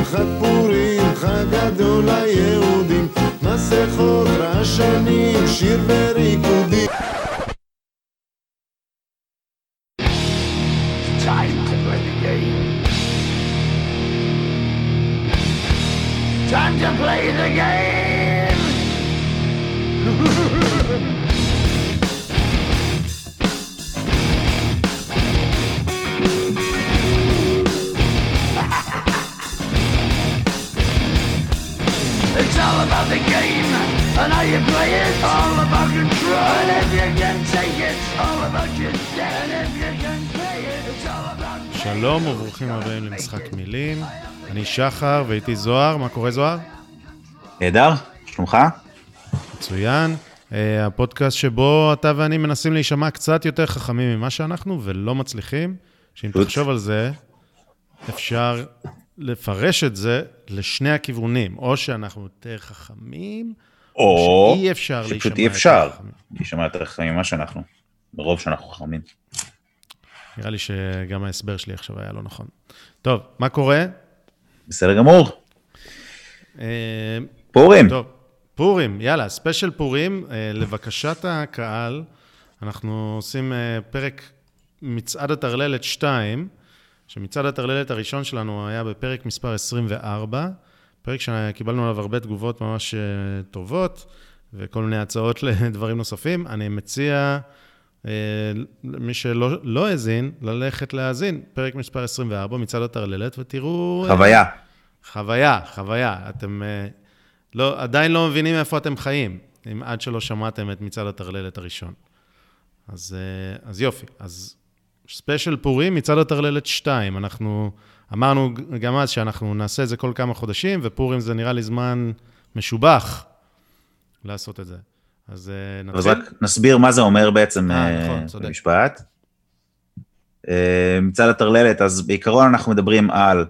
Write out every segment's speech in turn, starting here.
חג פורים, חג גדול ליהודים, מסכות רעשנים, שיר וריקודים. Time to play the game. Time to play the game. It's all about the game and how you play it. All about control, and if you can take it, all about your debt. And if you can pay it, it's all about. שלום וברוכים הבאים למשחק מילים. אני שחר ואיתי זוהר. מה קורה זוהר? נהדר, שלומך? מצוין. הפודקאסט שבו אתה ואני מנסים להישמע קצת יותר חכמים ממה שאנחנו ולא מצליחים. שאם תחשוב על זה, אפשר לפרש את זה לשני הכיוונים. או שאנחנו יותר חכמים, או שאי אפשר להישמע שפשוט אי אפשר להישמע יותר חכמים ממה שאנחנו. ברוב שאנחנו חכמים. נראה לי שגם ההסבר שלי עכשיו היה לא נכון. טוב, מה קורה? בסדר גמור. פורים. טוב, פורים, יאללה, ספיישל פורים. לבקשת הקהל, אנחנו עושים פרק מצעד הטרללת 2, שמצעד הטרללת הראשון שלנו היה בפרק מספר 24, פרק שקיבלנו עליו הרבה תגובות ממש טובות, וכל מיני הצעות לדברים נוספים. אני מציע מי שלא הזין, ללכת להאזין, פרק מספר 24, מצעד הטרללת, ותראו... חוויה. אתם עדיין לא מבינים איפה אתם חיים, אם עד שלא שמעתם את מצעד הטרללת הראשון. אז יופי. אז ספיישל פורים, מצעד הטרללת 2. אנחנו אמרנו גם אז שאנחנו נעשה את זה כל כמה חודשים, ופורים זה נראה לי זמן משובח לעשות את זה. אז נתחיל. אז רק נסביר מה זה אומר בעצם במשפט. מצעד הטרללת, אז בעיקרון אנחנו מדברים על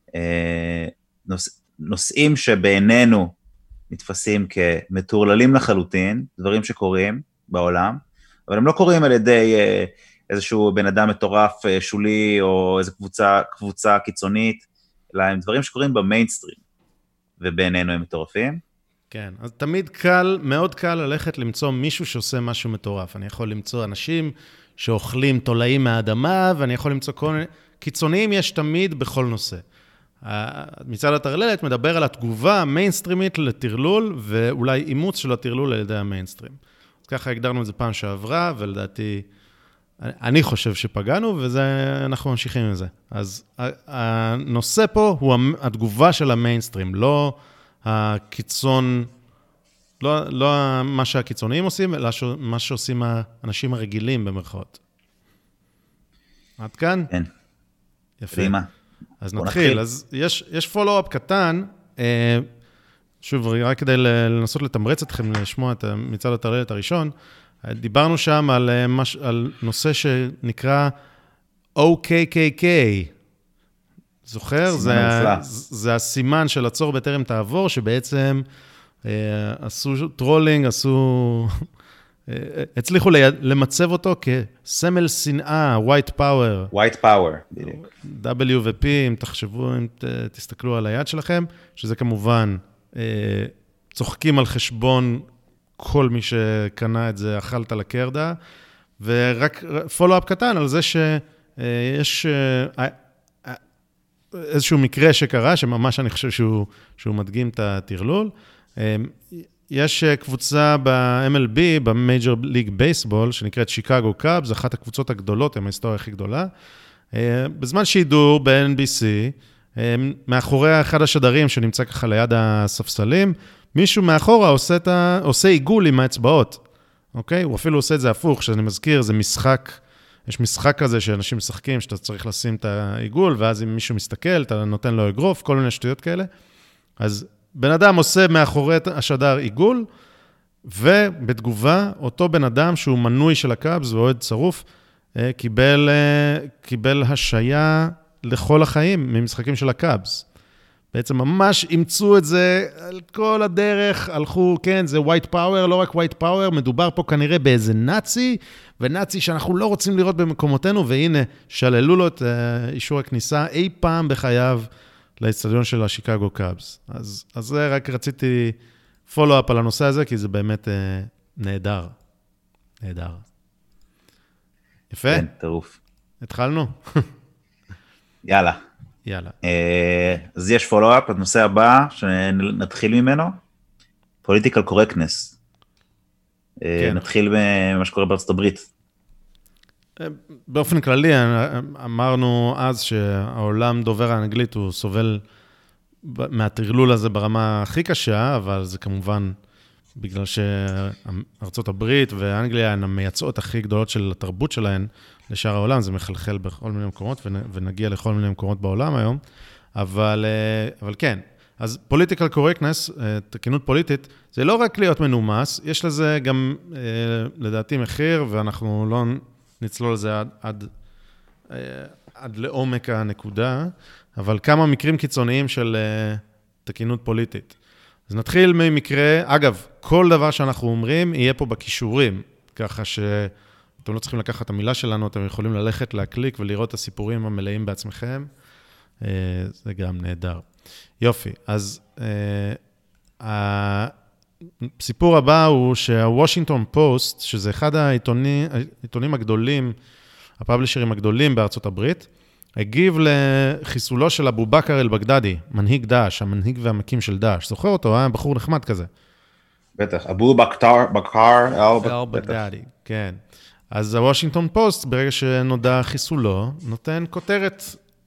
נושאים שבעינינו נתפסים כמטורללים לחלוטין, דברים שקורים בעולם, אבל הם לא קורים על ידי איזשהו בן אדם מטורף שולי, או איזו קבוצה קיצונית, אלא הם דברים שקורים במיינסטרים, ובעינינו הם מטורפים. כן, אז תמיד קל, מאוד קל ללכת למצוא מישהו שעושה משהו מטורף. אני יכול למצוא אנשים שאוכלים תולעים מהאדמה, ואני יכול למצוא כל מיני... קיצוניים יש תמיד בכל נושא. מצעד הטרללת מדבר על התגובה המיינסטרימית לטרלול, ואולי אימוץ של הטרלול על ידי המיינסטרים. אז ככה הגדרנו את זה פעם שעברה, ולדעתי, אני חושב שפגענו, ואנחנו ממשיכים עם זה. אז הנושא פה הוא התגובה של המיינסטרים, לא הקיצון, לא מה שהקיצוניים עושים, אלא מה שעושים האנשים הרגילים במרכאות. עד כאן? כן. יפה. אז נתחיל. אז יש פולו-אפ קטן, שוב, רק כדי לנסות לתמרץ אתכם לשמוע את מצעד הטרללת הראשון, דיברנו שם על נושא שנקרא OKKK. זוכר? זה הסימן של עצור בטרם תעבור, שבעצם עשו טרולינג, הצליחו למצב אותו כסמל שנאה, white power. white power. W ו-P, אם תחשבו, אם תסתכלו על היד שלכם, שזה כמובן צוחקים על חשבון כל מי שקנה את זה, אכלת לקרדה, ורק פולו-אפ קטן על זה שיש איזשהו מקרה שקרה, שממש אני חושב שהוא מדגים את הטרלול. יש קבוצה ב-MLB, במייג'ר ליג בייסבול, שנקראת שיקגו קאבס, אחת הקבוצות הגדולות, עם ההיסטוריה הכי גדולה. בזמן שידור ב-NBC, מאחורי אחד השדרים שנמצא ככה ליד הספסלים, מישהו מאחורה עושה עיגול עם האצבעות. אוקיי? הוא אפילו עושה את זה הפוך, שאני מזכיר, זה משחק, יש משחק כזה שאנשים משחקים, שאתה צריך לשים את העיגול, ואז אם מישהו מסתכל, אתה נותן לו אגרוף, כל מיני שטויות כאלה. אז בן אדם עושה מאחורי השדר עיגול, ובתגובה, אותו בן אדם שהוא מנוי של הקאבס, ואוהד צרוף, קיבל השעיה לכל החיים ממשחקים של הקאבס. בעצם ממש אימצו את זה על כל הדרך, הלכו, כן, זה white power, לא רק white power, מדובר פה כנראה באיזה נאצי, ונאצי שאנחנו לא רוצים לראות במקומותינו, והנה, שללו לו את אישור הכניסה אי פעם בחייו, לאצטדיון של השיקגו קאבס. אז זה רק רציתי פולו-אפ על הנושא הזה, כי זה באמת נהדר. נהדר. יפה? כן, טירוף. התחלנו? יאללה. יאללה. אז יש פולו-אפ, הנושא הבא שנתחיל ממנו, political correctness. נתחיל במה שקורה בארצות הברית. באופן כללי, אמרנו אז שהעולם דובר האנגלית הוא סובל מהטרלול הזה ברמה הכי קשה, אבל זה כמובן בגלל שארצות הברית ואנגליה הן המייצאות הכי גדולות של התרבות שלהן לשאר העולם, זה מחלחל בכל מיני מקומות, ונגיע לכל מיני מקומות בעולם היום, אבל כן. אז political correctness, תקינות פוליטית, זה לא רק להיות מנומס, יש לזה גם, לדעתי, מחיר, ואנחנו לא נצלול לזה עד לעומק הנקודה, אבל כמה מקרים קיצוניים של תקינות פוליטית. אז נתחיל ממקרה, אגב, כל דבר שאנחנו אומרים יהיה פה בכישורים, ככה שאתם לא צריכים לקחת את המילה שלנו, אתם יכולים ללכת להקליק ולראות את הסיפורים המלאים בעצמכם, זה גם נהדר. יופי, אז הסיפור הבא הוא שהוושינגטון פוסט, שזה אחד העיתונים הגדולים, הפאבלישרים הגדולים בארצות הברית, הגיב לחיסולו של אבו בכר אל-בגדדי, מנהיג דאעש, המנהיג והמקים של דאעש. זוכר אותו, היה בחור נחמד כזה. בטח, אבו בכר אל-בגדדי, כן. אז הוושינגטון פוסט, ברגע שנודע חיסולו, נותן כותרת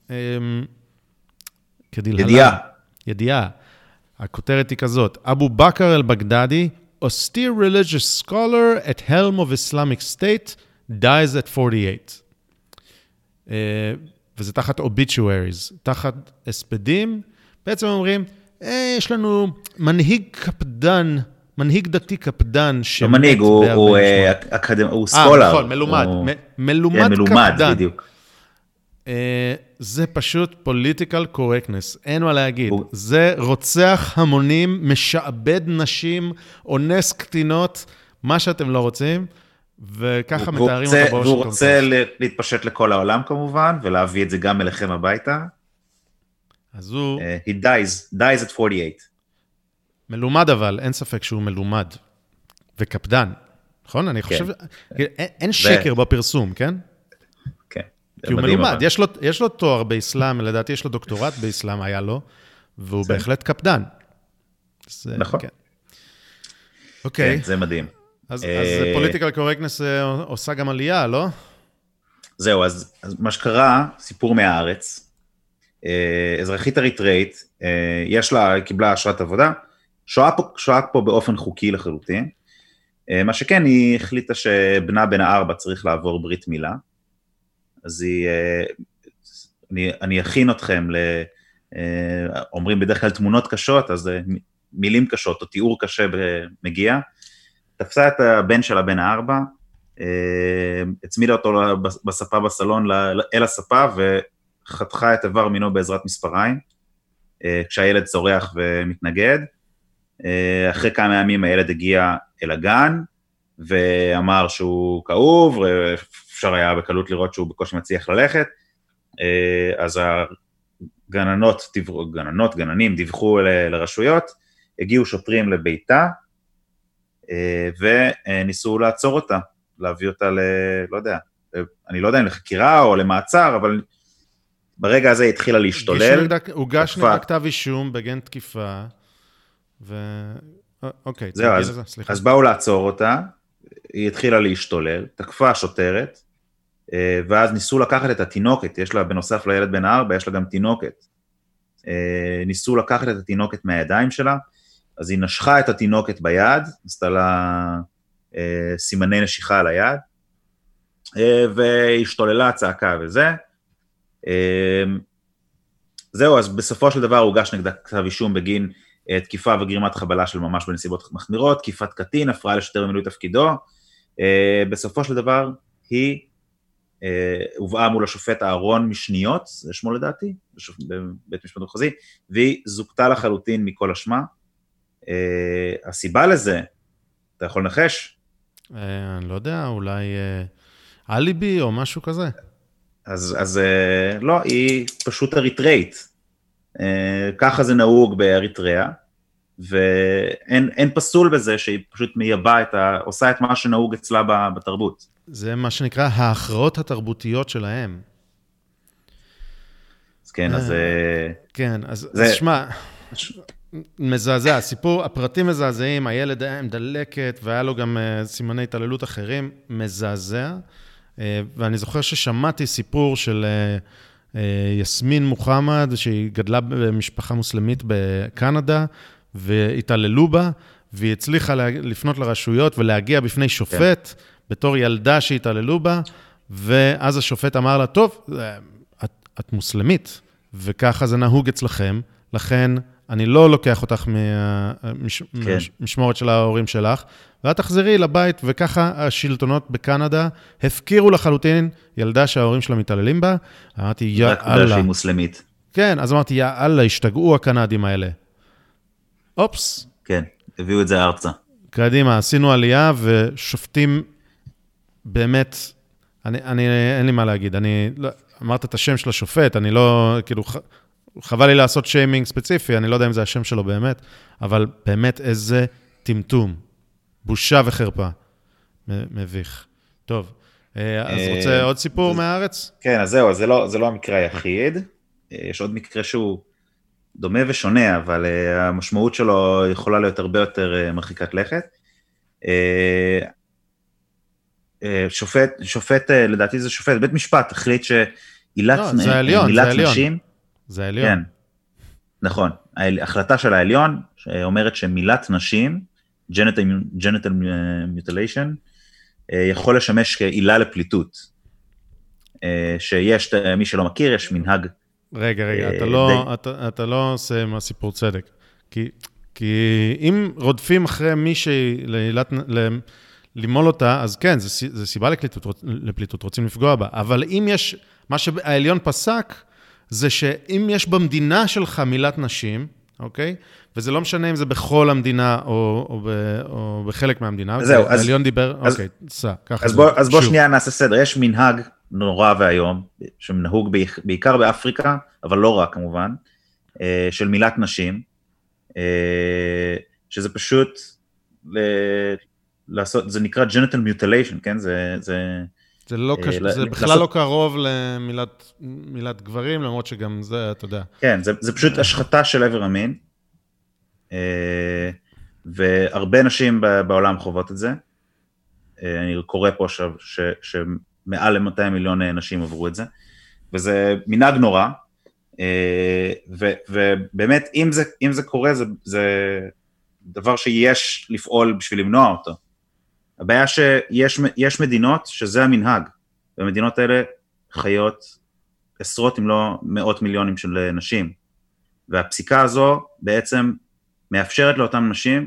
ידיעה. הכותרת היא כזאת, אבו בכר אל-בגדדי, austere religious scholar at helm of Islamic State, dies at 48. וזה תחת obituaries, תחת הספדים, בעצם אומרים, יש לנו מנהיג קפדן, מנהיג דתי קפדן, המנהיג הוא סקולר. נכון, מלומד קפדן. בדיוק. זה פשוט political correctness, אין מה להגיד. זה רוצח המונים, משעבד נשים, אונס קטינות, מה שאתם לא רוצים, וככה מתארים אותו בוושינגטון פוסט. והוא רוצה להתפשט לכל העולם כמובן, ולהביא את זה גם אליכם הביתה. אז הוא... He dies at 48. מלומד אבל, אין ספק שהוא מלומד, וקפדן, נכון? אני חושב... אין שקר בפרסום, כן? כן. כי הוא מלומד, יש לו תואר באסלאם, לדעתי יש לו דוקטורט באסלאם, היה לו, והוא בהחלט קפדן. נכון. אוקיי. זה מדהים. אז פוליטיקל קורקטנס עושה גם עלייה, לא? זהו, אז מה שקרה, סיפור מהארץ, אזרחית אריתראית, קיבלה אשרת עבודה, שוהה פה באופן חוקי לחלוטין, מה שכן, היא החליטה שבנה בן 4 צריך לעבור ברית מילה, אז אני אכין אתכם, אומרים בדרך כלל תמונות קשות, אז מילים קשות או תיאור קשה מגיע, תפסה את הבן שלה בן 4, הצמידה אותו בספה בסלון אל הספה, וחתכה את איבר מינו בעזרת מספריים, כשהילד צורח ומתנגד, אחרי כמה ימים הילד הגיע אל הגן, ואמר שהוא כאוב, אפשר היה בקלות לראות שהוא בקושי מצליח ללכת, אז גננים דיווחו לרשויות, הגיעו שוטרים לביתה, וניסו לעצור אותה, להביא אותה לא יודע, אני לא יודע אם לחקירה או למעצר, אבל ברגע הזה התחילה להשתולל. הוגש נגדה כתב אישום בגין תקיפה, אוקיי. זהו, אז באו לעצור אותה, היא התחילה להשתולל, תקפה שוטרת, ואז ניסו לקחת את התינוקת, יש לה בנוסף לילד בן 4, יש לה גם תינוקת. ניסו לקחת את התינוקת מהידיים שלה, אז היא נשכה את התינוקת ביד, עשתה לה סימני נשיכה על היד, והשתוללה צעקה וזה. זהו, אז בסופו של דבר הוגש נגדה כתב אישום בגין תקיפה וגרימת חבלה של ממש בנסיבות מחמירות, תקיפת קטין, הפרעה לשוטר במילוי תפקידו. בסופו של דבר היא הובאה מול השופט אהרון משניות, זה שמו לדעתי, בבית משפט מחוזי, והיא זוכתה לחלוטין מכל אשמה. הסיבה לזה, אתה יכול לנחש? אני לא יודע, אולי אליבי או משהו כזה. אז לא, היא פשוט אריתראית. ככה זה נהוג באריתריאה, ואין פסול בזה שהיא פשוט מייבא עושה את מה שנהוג אצלה בתרבות. זה מה שנקרא ההכרעות התרבותיות שלהם. אז כן, אז... כן, אז שמע, מזעזע, הסיפור, הפרטים מזעזעים, הילד היה עם דלקת, והיה לו גם סימני התעללות אחרים, מזעזע, ואני זוכר ששמעתי סיפור של יסמין מוחמד, שהיא גדלה במשפחה מוסלמית בקנדה, והתעללו בה, והיא הצליחה לפנות לרשויות ולהגיע בפני שופט, בתור ילדה שהתעללו בה, ואז השופט אמר לה, טוב, את מוסלמית, וככה זה נהוג אצלכם, לכן אני לא לוקח אותך משמורת של ההורים שלך, ואת תחזרי לבית, וככה השלטונות בקנדה הפקירו לחלוטין ילדה שההורים שלה מתעללים בה. אמרתי, יא אללה. רק בגלל שהיא מוסלמית. כן, אז אמרתי, יא אללה, השתגעו הקנדים האלה. אופס. כן, הביאו את זה ארצה. קדימה, עשינו עלייה, ושופטים באמת, אין לי מה להגיד, אמרת את השם של השופט, אני לא, כאילו, חבל לי לעשות שיימינג ספציפי, אני לא יודע אם זה השם שלו באמת, אבל באמת איזה טמטום, בושה וחרפה, מביך. טוב, אז רוצה עוד סיפור מהארץ? כן, אז זהו, זה לא המקרה היחיד, יש עוד מקרה שהוא דומה ושונה, אבל המשמעות שלו יכולה להיות הרבה יותר מרחיקת לכת. שופט, לדעתי זה שופט, בית משפט החליט שעילת נשים, זה העליון. כן, נכון, ההחלטה של העליון, שאומרת שמילת נשים, genital mutilation, יכול לשמש כעילה לפליטות, שיש, מי שלא מכיר, יש מנהג. רגע, אתה לא עושה מהסיפור צדק, כי אם רודפים אחרי מישהי למול אותה, אז כן, זה סיבה לפליטות, רוצים לפגוע בה, אבל אם יש, מה שהעליון פסק, זה שאם יש במדינה שלך מילת נשים, אוקיי? וזה לא משנה אם זה בכל המדינה או בחלק מהמדינה. זהו, אז... העליון דיבר, אוקיי, סע, ככה. אז בוא שנייה נעשה סדר. יש מנהג נורא והיום, שנהוג בעיקר באפריקה, אבל לא רק כמובן, של מילת נשים, שזה פשוט לעשות, זה נקרא genital mutilation, כן? זה בכלל לא קרוב למילת גברים, למרות שגם זה, אתה יודע. כן, זה פשוט השחתה של עבר המין, והרבה נשים בעולם חוות את זה. אני קורא פה עכשיו שמעל ל200 מיליון נשים עברו את זה, וזה מנהג נורא, ובאמת, אם זה קורה, זה דבר שיש לפעול בשביל למנוע אותו. הבעיה שיש מדינות שזה המנהג, והמדינות האלה חיות עשרות אם לא מאות מיליונים של נשים, והפסיקה הזו בעצם מאפשרת לאותם נשים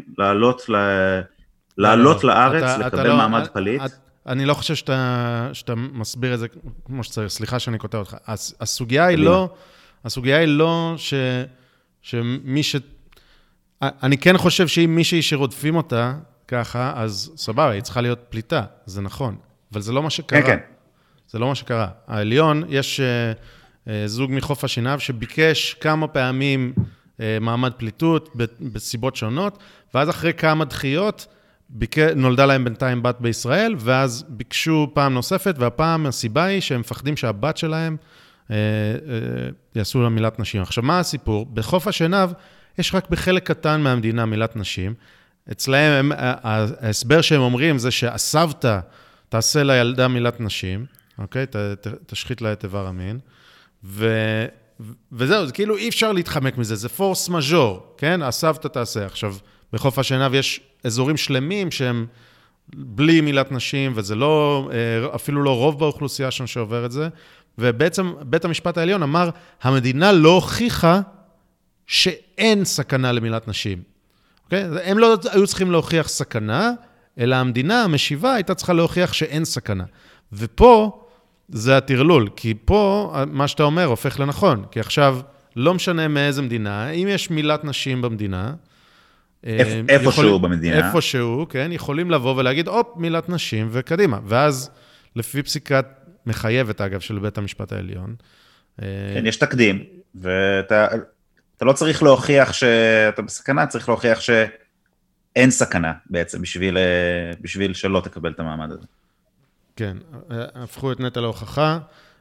לעלות לארץ, לקבל מעמד פליט. אני לא חושב שאתה מסביר את זה כמו שצריך, סליחה שאני כותב אותך. הסוגיה היא לא שמי אני כן חושב שאם מישהי שרודפים אותה ככה, אז סבבה, היא צריכה להיות פליטה, זה נכון, אבל זה לא מה שקרה. כן. זה לא מה שקרה. העליון, יש זוג מחוף השנהב שביקש כמה פעמים מעמד פליטות בסיבות שונות, ואז אחרי כמה דחיות, נולדה להם בינתיים בת בישראל, ואז ביקשו פעם נוספת, והפעם הסיבה היא שהם מפחדים שהבת שלהם יעשו לה מילת נשים. עכשיו, מה הסיפור? בחוף השנהב יש רק בחלק קטן מהמדינה מילת נשים, אצלהם ההסבר שהם אומרים זה שהסבתא תעשה לילדה מילת נשים, אוקיי? תשחית לה את איבר המין, וזהו, זה כאילו אי אפשר להתחמק מזה, זה פורס מז'ור, כן? הסבתא תעשה. עכשיו, בחוף השנהב יש אזורים שלמים שהם בלי מילת נשים, וזה לא, אפילו לא רוב באוכלוסייה שם שעובר את זה, ובעצם בית המשפט העליון אמר, המדינה לא הוכיחה שאין סכנה למילת נשים. אוקיי? הם לא היו צריכים להוכיח סכנה, אלא המדינה, המשיבה, הייתה צריכה להוכיח שאין סכנה. ופה זה התרלול, כי פה מה שאתה אומר הופך לנכון, כי עכשיו לא משנה מאיזה מדינה, אם יש מילת נשים במדינה, איפשהו במדינה. איפשהו, כן, יכולים לבוא ולהגיד, מילת נשים וקדימה. ואז לפי פסיקת מחייבת, אגב, של בית המשפט העליון. כן, יש תקדים, ואתה אתה לא צריך להוכיח שאתה בסכנה, צריך להוכיח שאין סכנה בעצם, בשביל שלא תקבל את המעמד הזה. כן, הפכו את נטל ההוכחה,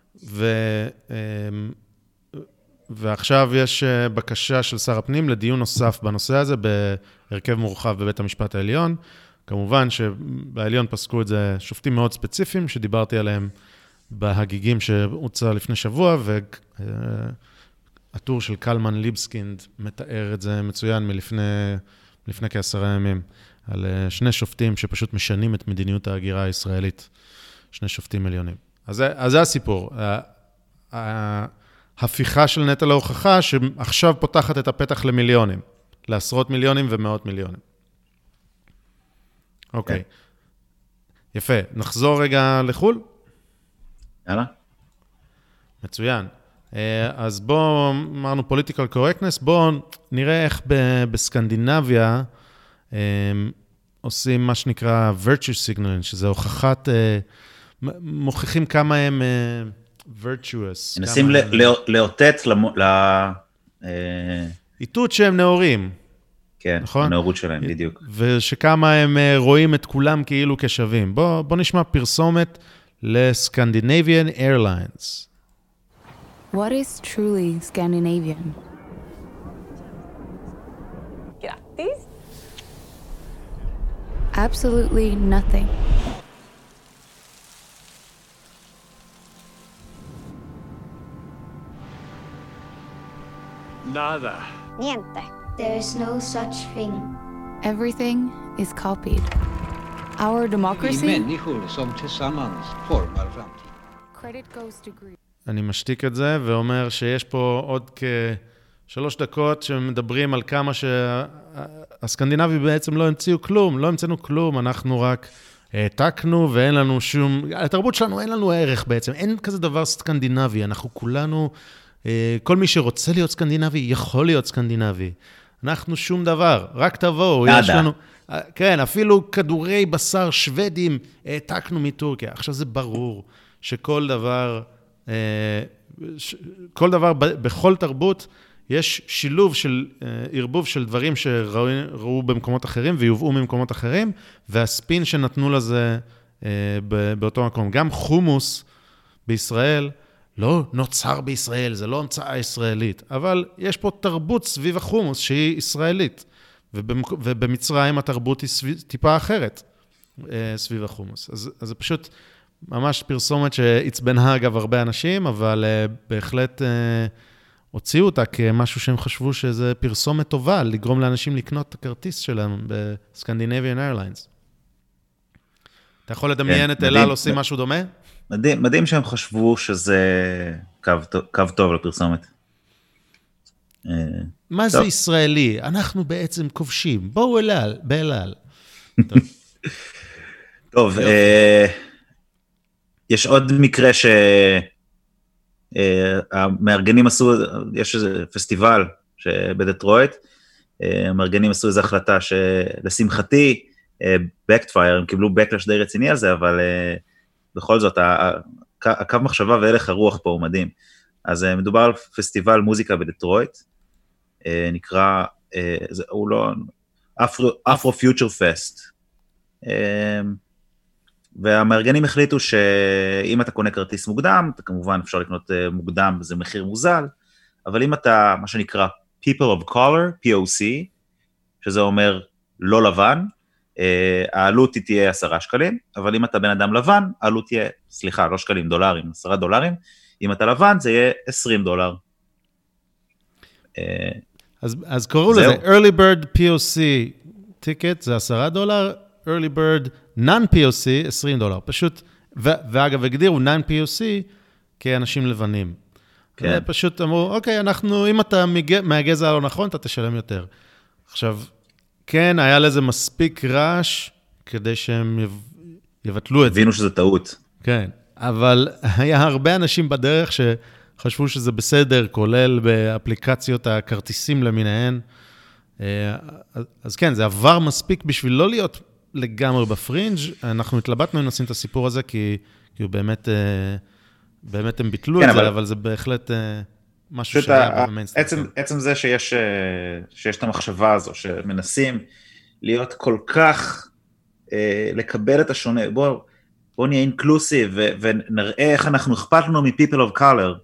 ועכשיו יש בקשה של שר הפנים לדיון נוסף בנושא הזה, בהרכב מורחב בבית המשפט העליון. כמובן שבעליון פסקו את זה שופטים מאוד ספציפיים, שדיברתי עליהם בהגיגים שהוצא לפני שבוע, והטור של קלמן ליבסקינד מתאר את זה מצוין מלפני כ10 ימים, על שני שופטים שפשוט משנים את מדיניות ההגירה הישראלית, שני שופטים עליונים. אז זה הסיפור. ההפיכה של נטל ההוכחה, שעכשיו פותחת את הפתח למיליונים, לעשרות מיליונים ומאות מיליונים. אוקיי. יפה. נחזור רגע לחול? יאללה. מצוין. אז בואו, אמרנו political correctness, בואו נראה איך בסקנדינביה עושים מה שנקרא virtue signaling, שזה הוכחת, מוכיחים כמה הם virtuous. מנסים לאותת איתות שהם נאורים. כן, נכון? הנאורות שלהם, בדיוק. ושכמה הם רואים את כולם כאילו כשווים. בוא נשמע פרסומת לסקנדינביאן איירליינס. What is truly Scandinavian? Grattis! Absolutely nothing. Nada. Niente. There is no such thing. Everything is copied. Our Vi democracy? människor som tillsammans formar framtiden. Credit goes to Greece. אני משתיק את זה ואומר שיש פה עוד כ3 דקות שמדברים על כמה שהסקנדינבי בעצם לא המציאו כלום, לא המצאנו כלום, אנחנו רק העתקנו ואין לנו שום, התרבות שלנו אין לנו ערך בעצם, אין כזה דבר סקנדינבי, אנחנו כולנו, כל מי שרוצה להיות סקנדינבי יכול להיות סקנדינבי, אנחנו שום דבר, רק תבואו, יש לנו, כן, אפילו כדורי בשר שוודים העתקנו מטורקיה, עכשיו זה ברור שכל דבר, כל דבר, בכל תרבות, יש שילוב של ערבוב של דברים שראו במקומות אחרים ויובאו ממקומות אחרים, והספין שנתנו לזה באותו מקום. גם חומוס בישראל לא נוצר בישראל, זה לא המצאה ישראלית, אבל יש פה תרבות סביב החומוס שהיא ישראלית, ובמצרים התרבות היא טיפה אחרת סביב החומוס. אז זה פשוט ממש פרסומת שהצבנה אגב הרבה אנשים, אבל בהחלט הוציאו אותה כמשהו שהם חשבו שזה פרסומת טובה, לגרום לאנשים לקנות את הכרטיס שלהם בסקנדינביאן איירליינס. אתה יכול לדמיין את אל על עושים משהו דומה? מדהים שהם חשבו שזה קו טוב לפרסומת. מה זה ישראלי? אנחנו בעצם כובשים. בואו באל על. טוב, יש עוד מקרה שהמארגנים עשו, יש איזה פסטיבל בדטרויט, המארגנים עשו איזו החלטה שלשמחתי, backfire, הם קיבלו backlash די רציני על זה, אבל בכל זאת, הקו מחשבה והלך הרוח פה הוא מדהים. אז מדובר על פסטיבל מוזיקה בדטרויט, נקרא, הוא לא, Afro-Future Fest, והמארגנים החליטו שאם אתה קונה כרטיס מוקדם, אתה כמובן אפשר לקנות מוקדם, זה מחיר מוזל, אבל אם אתה, מה שנקרא People of Color, POC, שזה אומר לא לבן, העלות תהיה 10 שקלים, אבל אם אתה בן אדם לבן, העלות תהיה, סליחה, לא שקלים, דולרים, 10 דולרים, אם אתה לבן זה יהיה $20. אז קראו לזה, early bird POC ticket זה $10, early bird non-POC $20, פשוט, ואגב הגדירו non-POC כאנשים לבנים. כן. פשוט אמרו, אוקיי, אנחנו, אם אתה מהגזע הלא נכון, אתה תשלם יותר. עכשיו, כן, היה לזה מספיק רעש, כדי שהם יבטלו את זה. הבינו שזה טעות. כן, אבל היה הרבה אנשים בדרך שחשבו שזה בסדר, כולל באפליקציות הכרטיסים למיניהן. אז כן, זה עבר מספיק בשביל לא להיות לגמרי בפרינג'. אנחנו התלבטנו אם נשים את הסיפור הזה, כי באמת הם ביטלו את זה, אבל זה בהחלט משהו שהיה במיינסטרים. עצם זה שיש את המחשבה הזו, שמנסים להיות כל כך, לקבל את השונה, בוא נהיה אינקלוסיב, ונראה איך אנחנו אכפת לנו מ-people of color,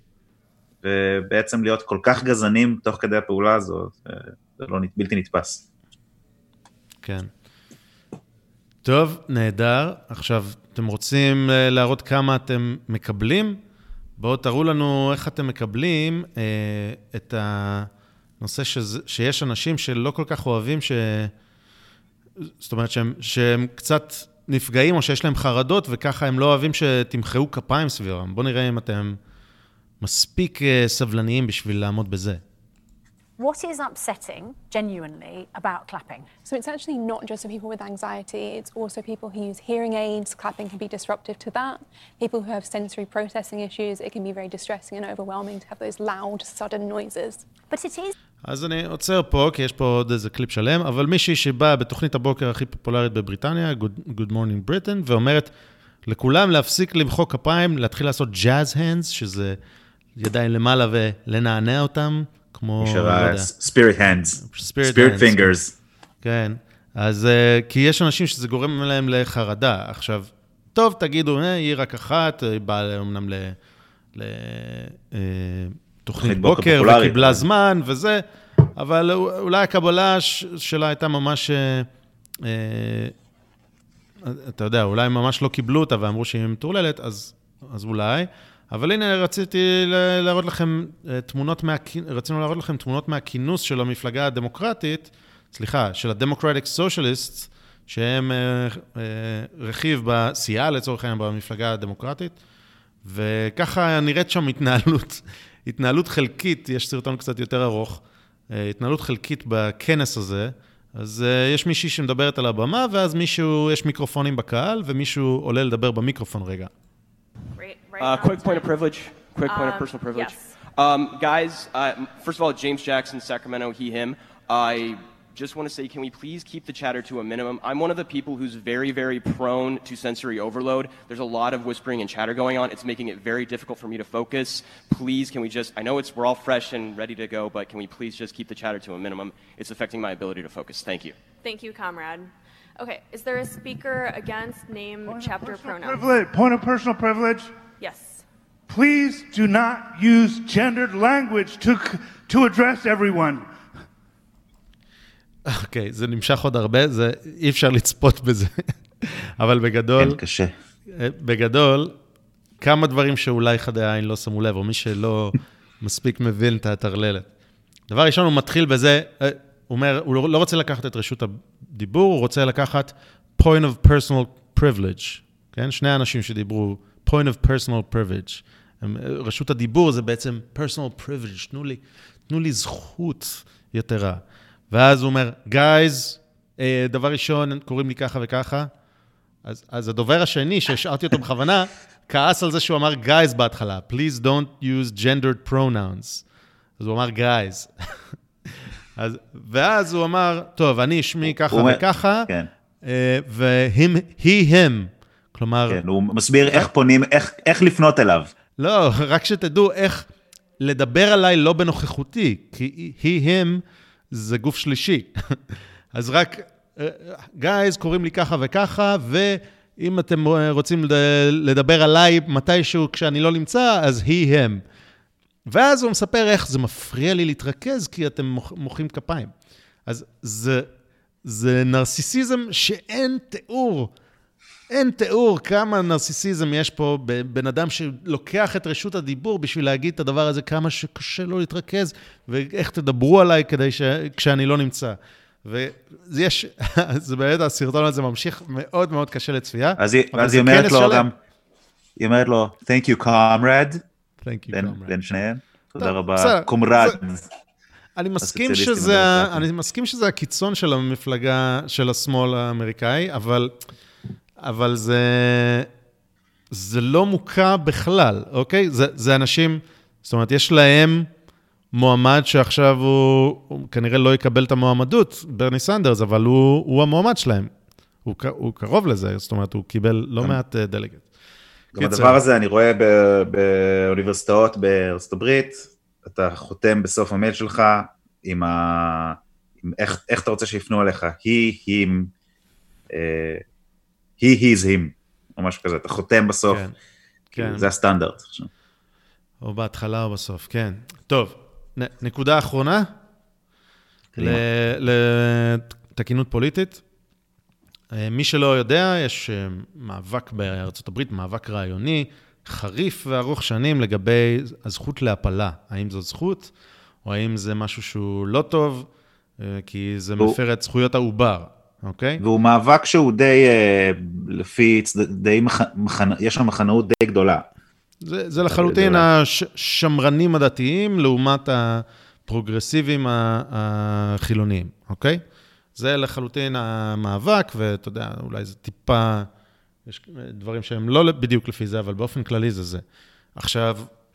ובעצם להיות כל כך גזענים תוך כדי הפעולה הזו, זה לא בלתי נתפס. כן. טוב, נהדר. עכשיו, אתם רוצים להראות כמה אתם מקבלים? בואו תראו לנו איך אתם מקבלים את הנושא שיש אנשים שלא כל כך אוהבים, זאת אומרת שהם קצת נפגעים או שיש להם חרדות, וככה הם לא אוהבים שתמחאו כפיים סביבם. בואו נראה אם אתם מספיק סבלניים בשביל לעמוד בזה. What is upsetting, genuinely, about clapping? So it's actually not just for people with anxiety, it's also people who use hearing aids. Clapping can be disruptive to that. People who have sensory processing issues, it can be very distressing and overwhelming to have those loud, sudden noises. But it is... אז אני עוצר פה, כי יש פה עוד איזה קליפ שלם, אבל מישהי שבאה בתוכנית הבוקר הכי פופולרית בבריטניה, Good Morning Britain, ואומרת לכולם להפסיק למחוא כפיים, להתחיל לעשות jazz hands, שזה ידיים למעלה ולנענע אותם, כמו, spirit hands, spirit fingers. כן, אז כי יש אנשים שזה גורם להם לחרדה. עכשיו, טוב, תגידו, היא רק אחת, היא באה אמנם לתוכנית בוקר, וקיבלה זמן וזה, אבל אולי הקבלה שלה הייתה ממש, אתה יודע, אולי ממש לא קיבלו אותה, ואמרו שהיא מטורללת, אז אולי. אבל הנה רצינו להראות לכם תמונות מהכינוס של המפלגה הדמוקרטית, של ה-Democratic Socialists, שהם רכיב בסיעה לצורך העניין במפלגה הדמוקרטית, וככה נראית שם התנהלות חלקית, יש סרטון קצת יותר ארוך, התנהלות חלקית בכנס הזה, אז יש מישהי שמדברת על הבמה, ואז יש מיקרופונים בקהל, ומישהו עולה לדבר במיקרופון רגע. Quick point of privilege, quick point of personal privilege. Yes. Guys, first of all, James Jackson, Sacramento, he, him. I just want to say, can we please keep the chatter to a minimum? I'm one of the people who's very, very prone to sensory overload. There's a lot of whispering and chatter going on. It's making it very difficult for me to focus. Please, can we just, I know we're all fresh and ready to go, but can we please just keep the chatter to a minimum? It's affecting my ability to focus. Thank you. Thank you, comrade. Okay, is there a speaker against name, chapter, pronouns? Point of personal privilege. Yes. Please do not use gendered language to address everyone. אוקיי, זה נמשך עוד הרבה, אי אפשר לצפות בזה. אבל בגדול... כן, קשה. בגדול, כמה דברים שאולי חדי העין לא שמו לב, או מי שלא מספיק מבין את התרללת. דבר ראשון, הוא מתחיל בזה, הוא אומר, הוא לא רוצה לקחת את רשות הדיבור, הוא רוצה לקחת point of personal privilege. כן? שני האנשים שדיברו, point of personal privilege. רשות הדיבור זה בעצם personal privilege, תנו לי זכות יתרה. ואז הוא אומר, guys, דבר ראשון, קוראים לי ככה וככה. אז הדובר השני, שהשארתי אותו בכוונה, כעס על זה שהוא אמר guys בהתחלה. Please don't use gendered pronouns. אז הוא אמר guys. ואז הוא אמר, טוב, אני אשמי ככה וככה, he, him. כלומר... כן, הוא מסביר איך פונים, איך לפנות אליו. לא, רק שתדעו איך לדבר עליי לא בנוכחותי, כי he, him זה גוף שלישי. אז רק, guys, קוראים לי ככה וככה, ואם אתם רוצים לדבר עליי מתישהו כשאני לא נמצא, אז he, him. ואז הוא מספר איך זה מפריע לי להתרכז, כי אתם מוחאים כפיים. אז זה נרסיסיזם שאין תיאור. אין תיאור כמה נרסיסיזם יש פה בן אדם שלוקח את רשות הדיבור בשביל להגיד את הדבר הזה, כמה שקשה לו להתרכז, ואיך תדברו עליי כשאני לא נמצא. ויש, זה באמת, הסרטון הזה ממשיך מאוד מאוד קשה לצפייה. אז היא אומרת לו גם, היא אומרת לו, thank you, comrade. בין שניהם. תודה רבה, קומרד. אני מסכים שזה הקיצון של המפלגה של השמאל האמריקאי, אבל זה לא מוקע בכלל, אוקיי? זה אנשים, זאת אומרת, יש להם מועמד שעכשיו הוא כנראה לא יקבל את המועמדות, ברני סנדרס, אבל הוא המועמד שלהם. הוא קרוב לזה, זאת אומרת, הוא קיבל לא מעט דלגט. גם הדבר הזה אני רואה באוניברסיטאות בארצות הברית, אתה חותם בסוף המייל שלך עם איך אתה רוצה שיפנו עליך, he, him, his, him, או משהו כזה, אתה חותם בסוף, כן. זה הסטנדרט. או בהתחלה או בסוף, כן. טוב, נקודה אחרונה, לתקינות פוליטית. מי שלא יודע, יש מאבק בארצות הברית, מאבק רעיוני, חריף וארוך שנים לגבי הזכות להפלה. האם זו זכות, או האם זה משהו שהוא לא טוב, כי זה מפר את זכויות העובר, אוקיי? והוא מאבק שהוא די, לפי, יש שם מחנאות די גדולה. זה לחלוטין השמרנים הדתיים, לעומת הפרוגרסיביים החילוניים, אוקיי? זה לחלוטין המאבק, ואתה יודע, אולי זה טיפה, יש דברים שהם לא בדיוק לפי זה, אבל באופן כללי זה זה. עכשיו,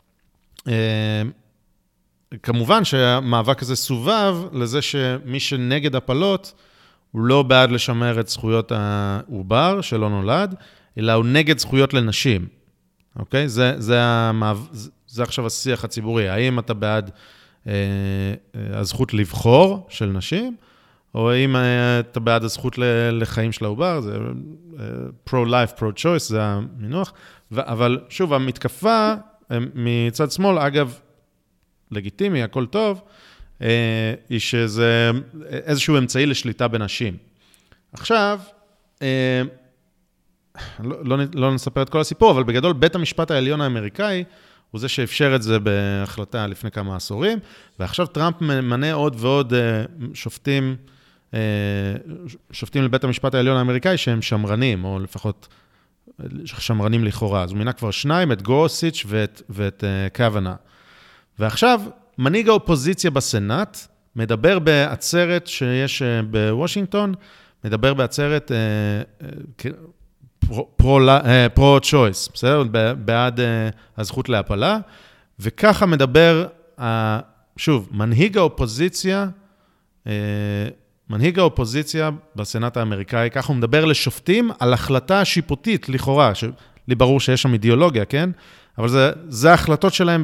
כמובן שהמאבק הזה סובב לזה שמי שנגד הפלות, הוא לא בעד לשמר את זכויות העובר שלא נולד, אלא הוא נגד זכויות לנשים. אוקיי? זה עכשיו השיח הציבורי. האם אתה בעד הזכות לבחור של נשים, או האם אתה בעד הזכות לחיים של העובר, זה pro-life, pro-choice, זה המינוח. אבל שוב, המתקפה מצד שמאל, אגב, לגיטימי, הכל טוב, היא שזה איזשהו אמצעי לשליטה בנשים. עכשיו, לא נספר את כל הסיפור, אבל בגדול בית המשפט העליון האמריקאי הוא זה שאפשר את זה בהחלטה לפני כמה עשורים, ועכשיו טראמפ מנה עוד ועוד שופטים לבית המשפט העליון האמריקאי שהם שמרנים, או לפחות שמרנים לכאורה. אז הוא מינה כבר שניים, את גורסיץ' ואת קוונה. ועכשיו, מנהיג האופוזיציה בסנאט מדבר בעצרת שיש בוושינגטון, מדבר בעצרת פרו-צ'ויס, בסדר? בעד הזכות להפלה, וככה מדבר, שוב, מנהיג האופוזיציה בסנאט האמריקאי, ככה הוא מדבר לשופטים על החלטה שיפוטית, לכאורה, לי ברור שיש שם אידיאולוגיה, כן? אבל זה ההחלטות שלהם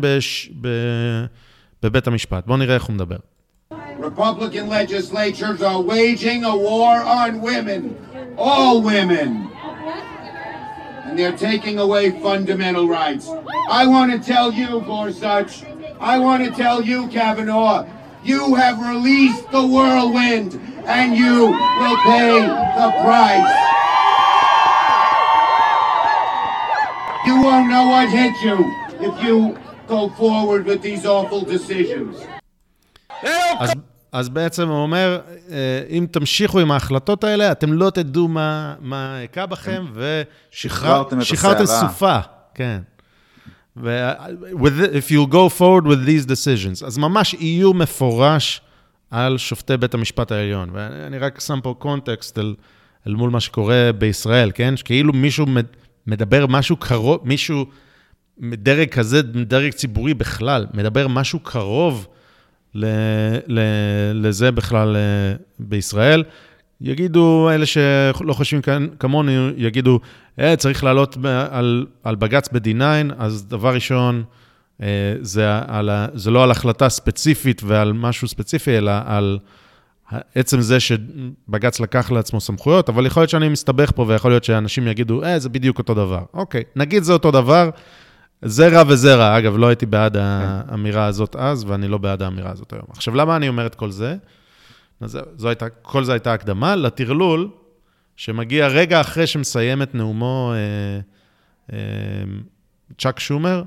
בבית המשפט. בואו נראה איך הוא מדבר. Republican legislatures are waging a war on women, all women. And they're taking away fundamental rights. I want to tell you, Gorsuch, I want to tell you, Kavanaugh, you have released the whirlwind, and you will pay the price. You won't know what hit you if you go forward with these awful decisions. אז בעצם הוא אומר, אם תמשיכו עם ההחלטות האלה, אתם לא תדעו מה היקע בכם, ושחררתם סופה. כן. If you go forward with these decisions. אז ממש איום מפורש על שופטי בית המשפט העליון. ואני רק שם פה קונטקסט אל מול מה שקורה בישראל, כן? כאילו מישהו מדבר משהו קרוב, מישהו מדרג כזה, מדרג ציבורי בכלל, מדבר משהו קרוב לזה בכלל בישראל. יגידו, אלה שלא חושבים כמוני, יגידו, צריך לעלות על בגץ ב-D9, אז דבר ראשון, זה לא על החלטה ספציפית ועל משהו ספציפי, אלא על עצם זה שבגץ לקח לעצמו סמכויות, אבל יכול להיות שאני מסתבך פה, ויכול להיות שאנשים יגידו, זה בדיוק אותו דבר. אוקיי, נגיד זה אותו דבר, זרע וזרע. אגב, לא הייתי בעד האמירה הזאת אז, ואני לא בעד האמירה הזאת היום. עכשיו, למה אני אומר את כל זה? כל זה הייתה הקדמה לטרלול, שמגיע רגע אחרי שמסיים את נאומו צ'אק שומר,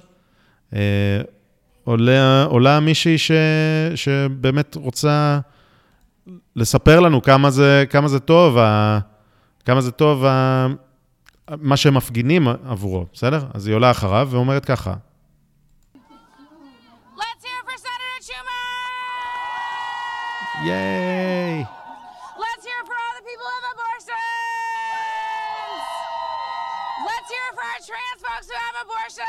עולה מישהי שבאמת רוצה לספר לנו כמה זה טוב, מה שהם מפגינים עבורו, בסדר? אז היא עולה אחריו ואומרת ככה. ייי! Let's hear it for all the people who have abortions! Let's hear it for our trans folks who have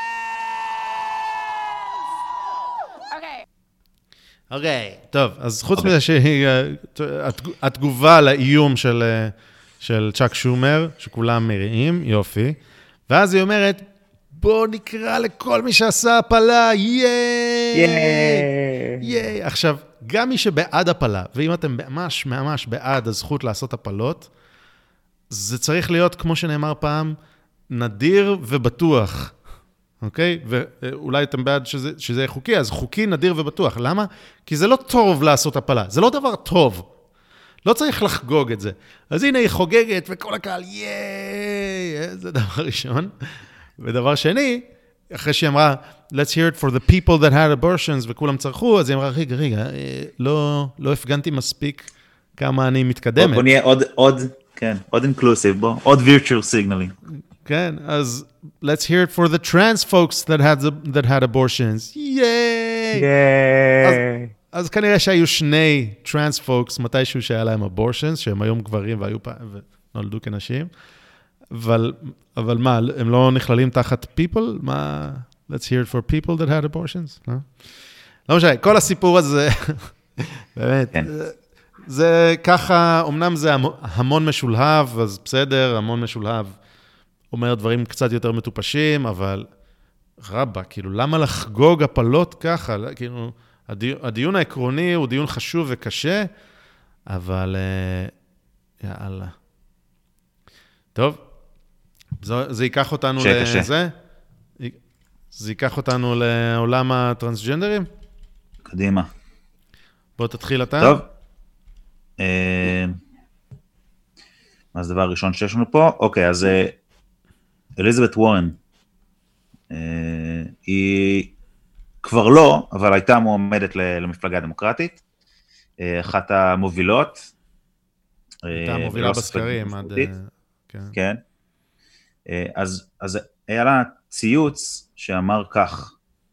abortions! אוקיי, טוב, אז חוץ מזה התגובה לאיום של צ'אק שומר, שכולם מריעים, יופי, ואז היא אומרת, בוא נקרא לכל מי שעשה הפלה, ייי! ייי! עכשיו, גם מי שבעד הפלה, ואם אתם ממש ממש בעד הזכות לעשות הפלות, זה צריך להיות, כמו שנאמר פעם, נדיר ובטוח. אוקיי? ואולי אתם בעד שזה יהיה חוקי, אז חוקי, נדיר ובטוח. למה? כי זה לא טוב לעשות הפלה. זה לא דבר טוב. לא צריך לחגוג את זה. אז הנה היא חוגגת, וכל הקהל, ייי! זה דבר ראשון. ודבר שני, אחרי שהיא אמרה, let's hear it for the people that had abortions, וכולם צרכו, אז היא אמרה, רגע, לא הפגנתי מספיק כמה אני מתקדמת. בוא נהיה עוד inclusive, עוד virtual signaling. כן, אז let's hear it for the trans folks that had abortions. ייי! אז כנראה שהיו שני trans folks מתישהו שהיה להם abortions, שהם היום גברים ונולדו כנשים. אבל מה, הם לא נכללים תחת people? מה, let's hear it for people that had abortions? לא משנה, כל הסיפור הזה, באמת, זה ככה, אמנם זה המון משולהב, אז בסדר, המון משולהב, אומר דברים קצת יותר מטופשים, אבל רבה, כאילו, למה לחגוג הפלות ככה? כאילו, הדיון העקרוני הוא דיון חשוב וקשה, אבל יאללה. טוב, זה ייקח אותנו לזה? זה ייקח אותנו לעולם הטרנסג'נדרים? קדימה. בוא תתחיל אתה. טוב. מה זה הדבר הראשון שיש לנו פה? אוקיי, אז אליזבת וורן, היא כבר לא, אבל הייתה מועמדת למפלגה הדמוקרטית, אחת המובילות. הייתה מובילה בסקרים. כן. אז היה לה ציוץ שאמר כך,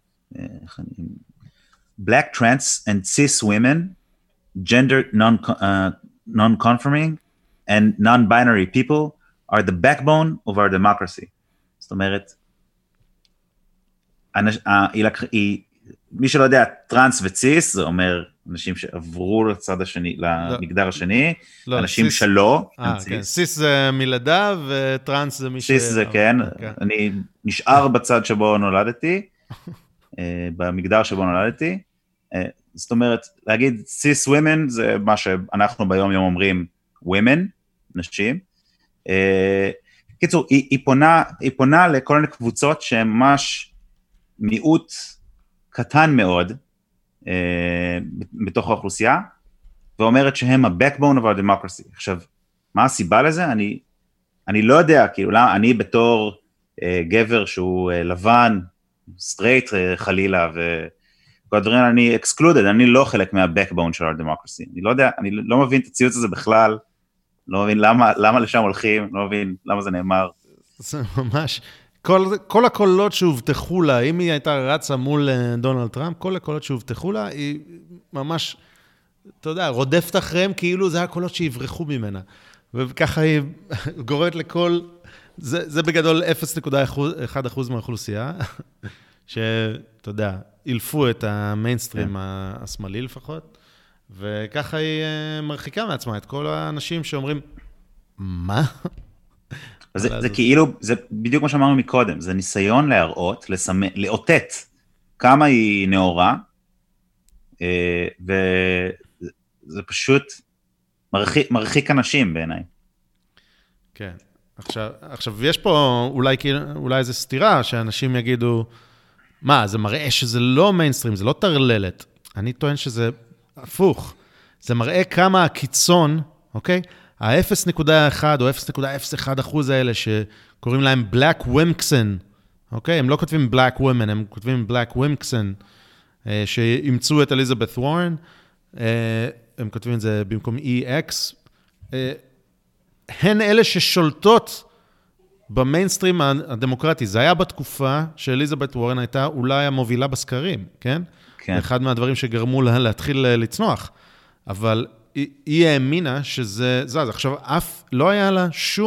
Black trans and cis women, gender non-conforming and non-binary people are the backbone of our democracy. זאת אומרת, מי שלא יודע, טרנס וציס, זה אומר אנשים שעברו לצד השני, למגדר השני, אנשים שלא. סיס זה מלידה, וטרנס זה מי ש... סיס זה כן, אני נשאר בצד שבו נולדתי, במגדר שבו נולדתי, זאת אומרת, להגיד סיס ווימן, זה מה שאנחנו ביום יום אומרים women, נשים. קיצור, היא פונה לכל מיני קבוצות שהן ממש מיעוט קטן מאוד, בתוך האוכלוסייה, ואומרת שהם ה-backbone of our democracy. עכשיו, מה הסיבה לזה? אני לא יודע, כאילו, אני בתור גבר שהוא לבן, סטרייט חלילה, וכל הדברים, אני excluded, אני לא חלק מה-backbone של our democracy. אני לא יודע, אני לא מבין את הציוץ הזה בכלל, לא מבין למה לשם הולכים, לא מבין למה זה נאמר. זה ממש... כל הקולות שהובטחו לה, אם היא הייתה רצה מול דונלד טראמפ, כל הקולות שהובטחו לה, היא ממש, אתה יודע, רודפת אחריהם כאילו זה הקולות שיברחו ממנה. וככה היא גורמת לכל, זה בגדול 0.1% מהאוכלוסייה, שאתה יודע, אילפו את המיינסטרים השמאלי לפחות, וככה היא מרחיקה מעצמה את כל האנשים שאומרים, מה? זה כאילו, זה בדיוק מה שאמרנו מקודם, זה ניסיון להראות, לאותת כמה היא נאורה, וזה פשוט מרחיק אנשים בעיניי. כן, עכשיו יש פה אולי איזו סתירה, שאנשים יגידו, מה, זה מראה שזה לא מיינסטרים, זה לא תרללת. אני טוען שזה הפוך, זה מראה כמה הקיצון, אוקיי? ה-0.1 או 0.01% האלה שקוראים להם Black Wimkson, אוקיי? הם לא כותבים Black Women, הם כותבים Black Wimkson, שאימצו את אליזבת וורן, הם כותבים את זה במקום EX, הן אלה ששולטות במיינסטרים הדמוקרטי. זה היה בתקופה שאליזבת וורן הייתה אולי המובילה בסקרים, כן? כן. אחד מהדברים שגרמו לה להתחיל לצנוח, אבל... היא האמינה שזה זז. עכשיו, לא היה לה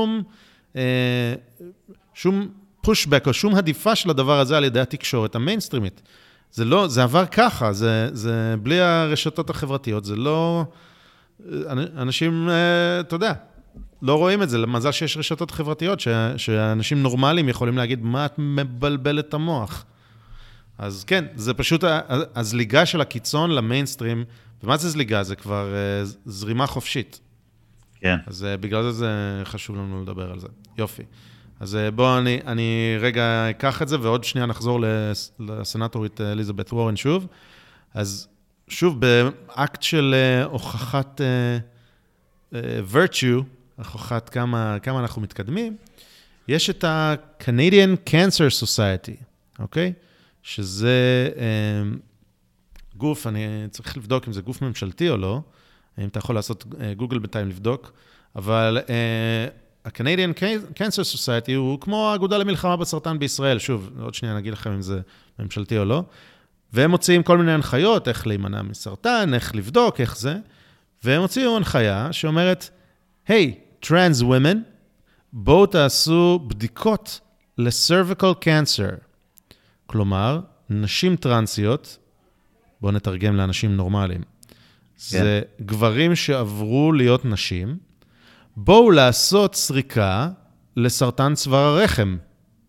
שום פושבק או שום עדיפה של הדבר הזה על ידי התקשורת המיינסטרימית. זה עבר ככה, זה בלי הרשתות החברתיות, זה לא... אנשים, אתה יודע, לא רואים את זה, למזל שיש רשתות חברתיות, שאנשים נורמליים יכולים להגיד, מה את מבלבלת את המוח? אז כן, זה פשוט הזליגה של הקיצון למיינסטרים, ומה זה זליגה? זה כבר זרימה חופשית. כן. אז בגלל זה חשוב לנו לדבר על זה. יופי. אז בואו אני רגע אקח את זה, ועוד שנייה נחזור לסנטורית אליזבת וורן שוב. אז שוב, באקט של הוכחת virtue, הוכחת כמה אנחנו מתקדמים, יש את ה-Canadian Cancer Society, אוקיי? שזה גוף, אני צריך לבדוק אם זה גוף ממשלתי או לא, אם אתה יכול לעשות גוגל בינתיים לבדוק, אבל ה-Canadian Cancer Society הוא כמו האגודה למלחמה בסרטן בישראל, שוב, עוד שנייה נגיד לכם אם זה ממשלתי או לא, והם מוציאים כל מיני הנחיות, איך להימנע מסרטן, איך לבדוק, איך זה, והם הוציאו הנחיה שאומרת, היי, טרנס ווימן, בואו תעשו בדיקות ל-cervical cancer. כלומר, נשים טרנסיות, בואו נתרגם לאנשים נורמליים, זה גברים שעברו להיות נשים, בואו לעשות סריקה לסרטן צוואר הרחם.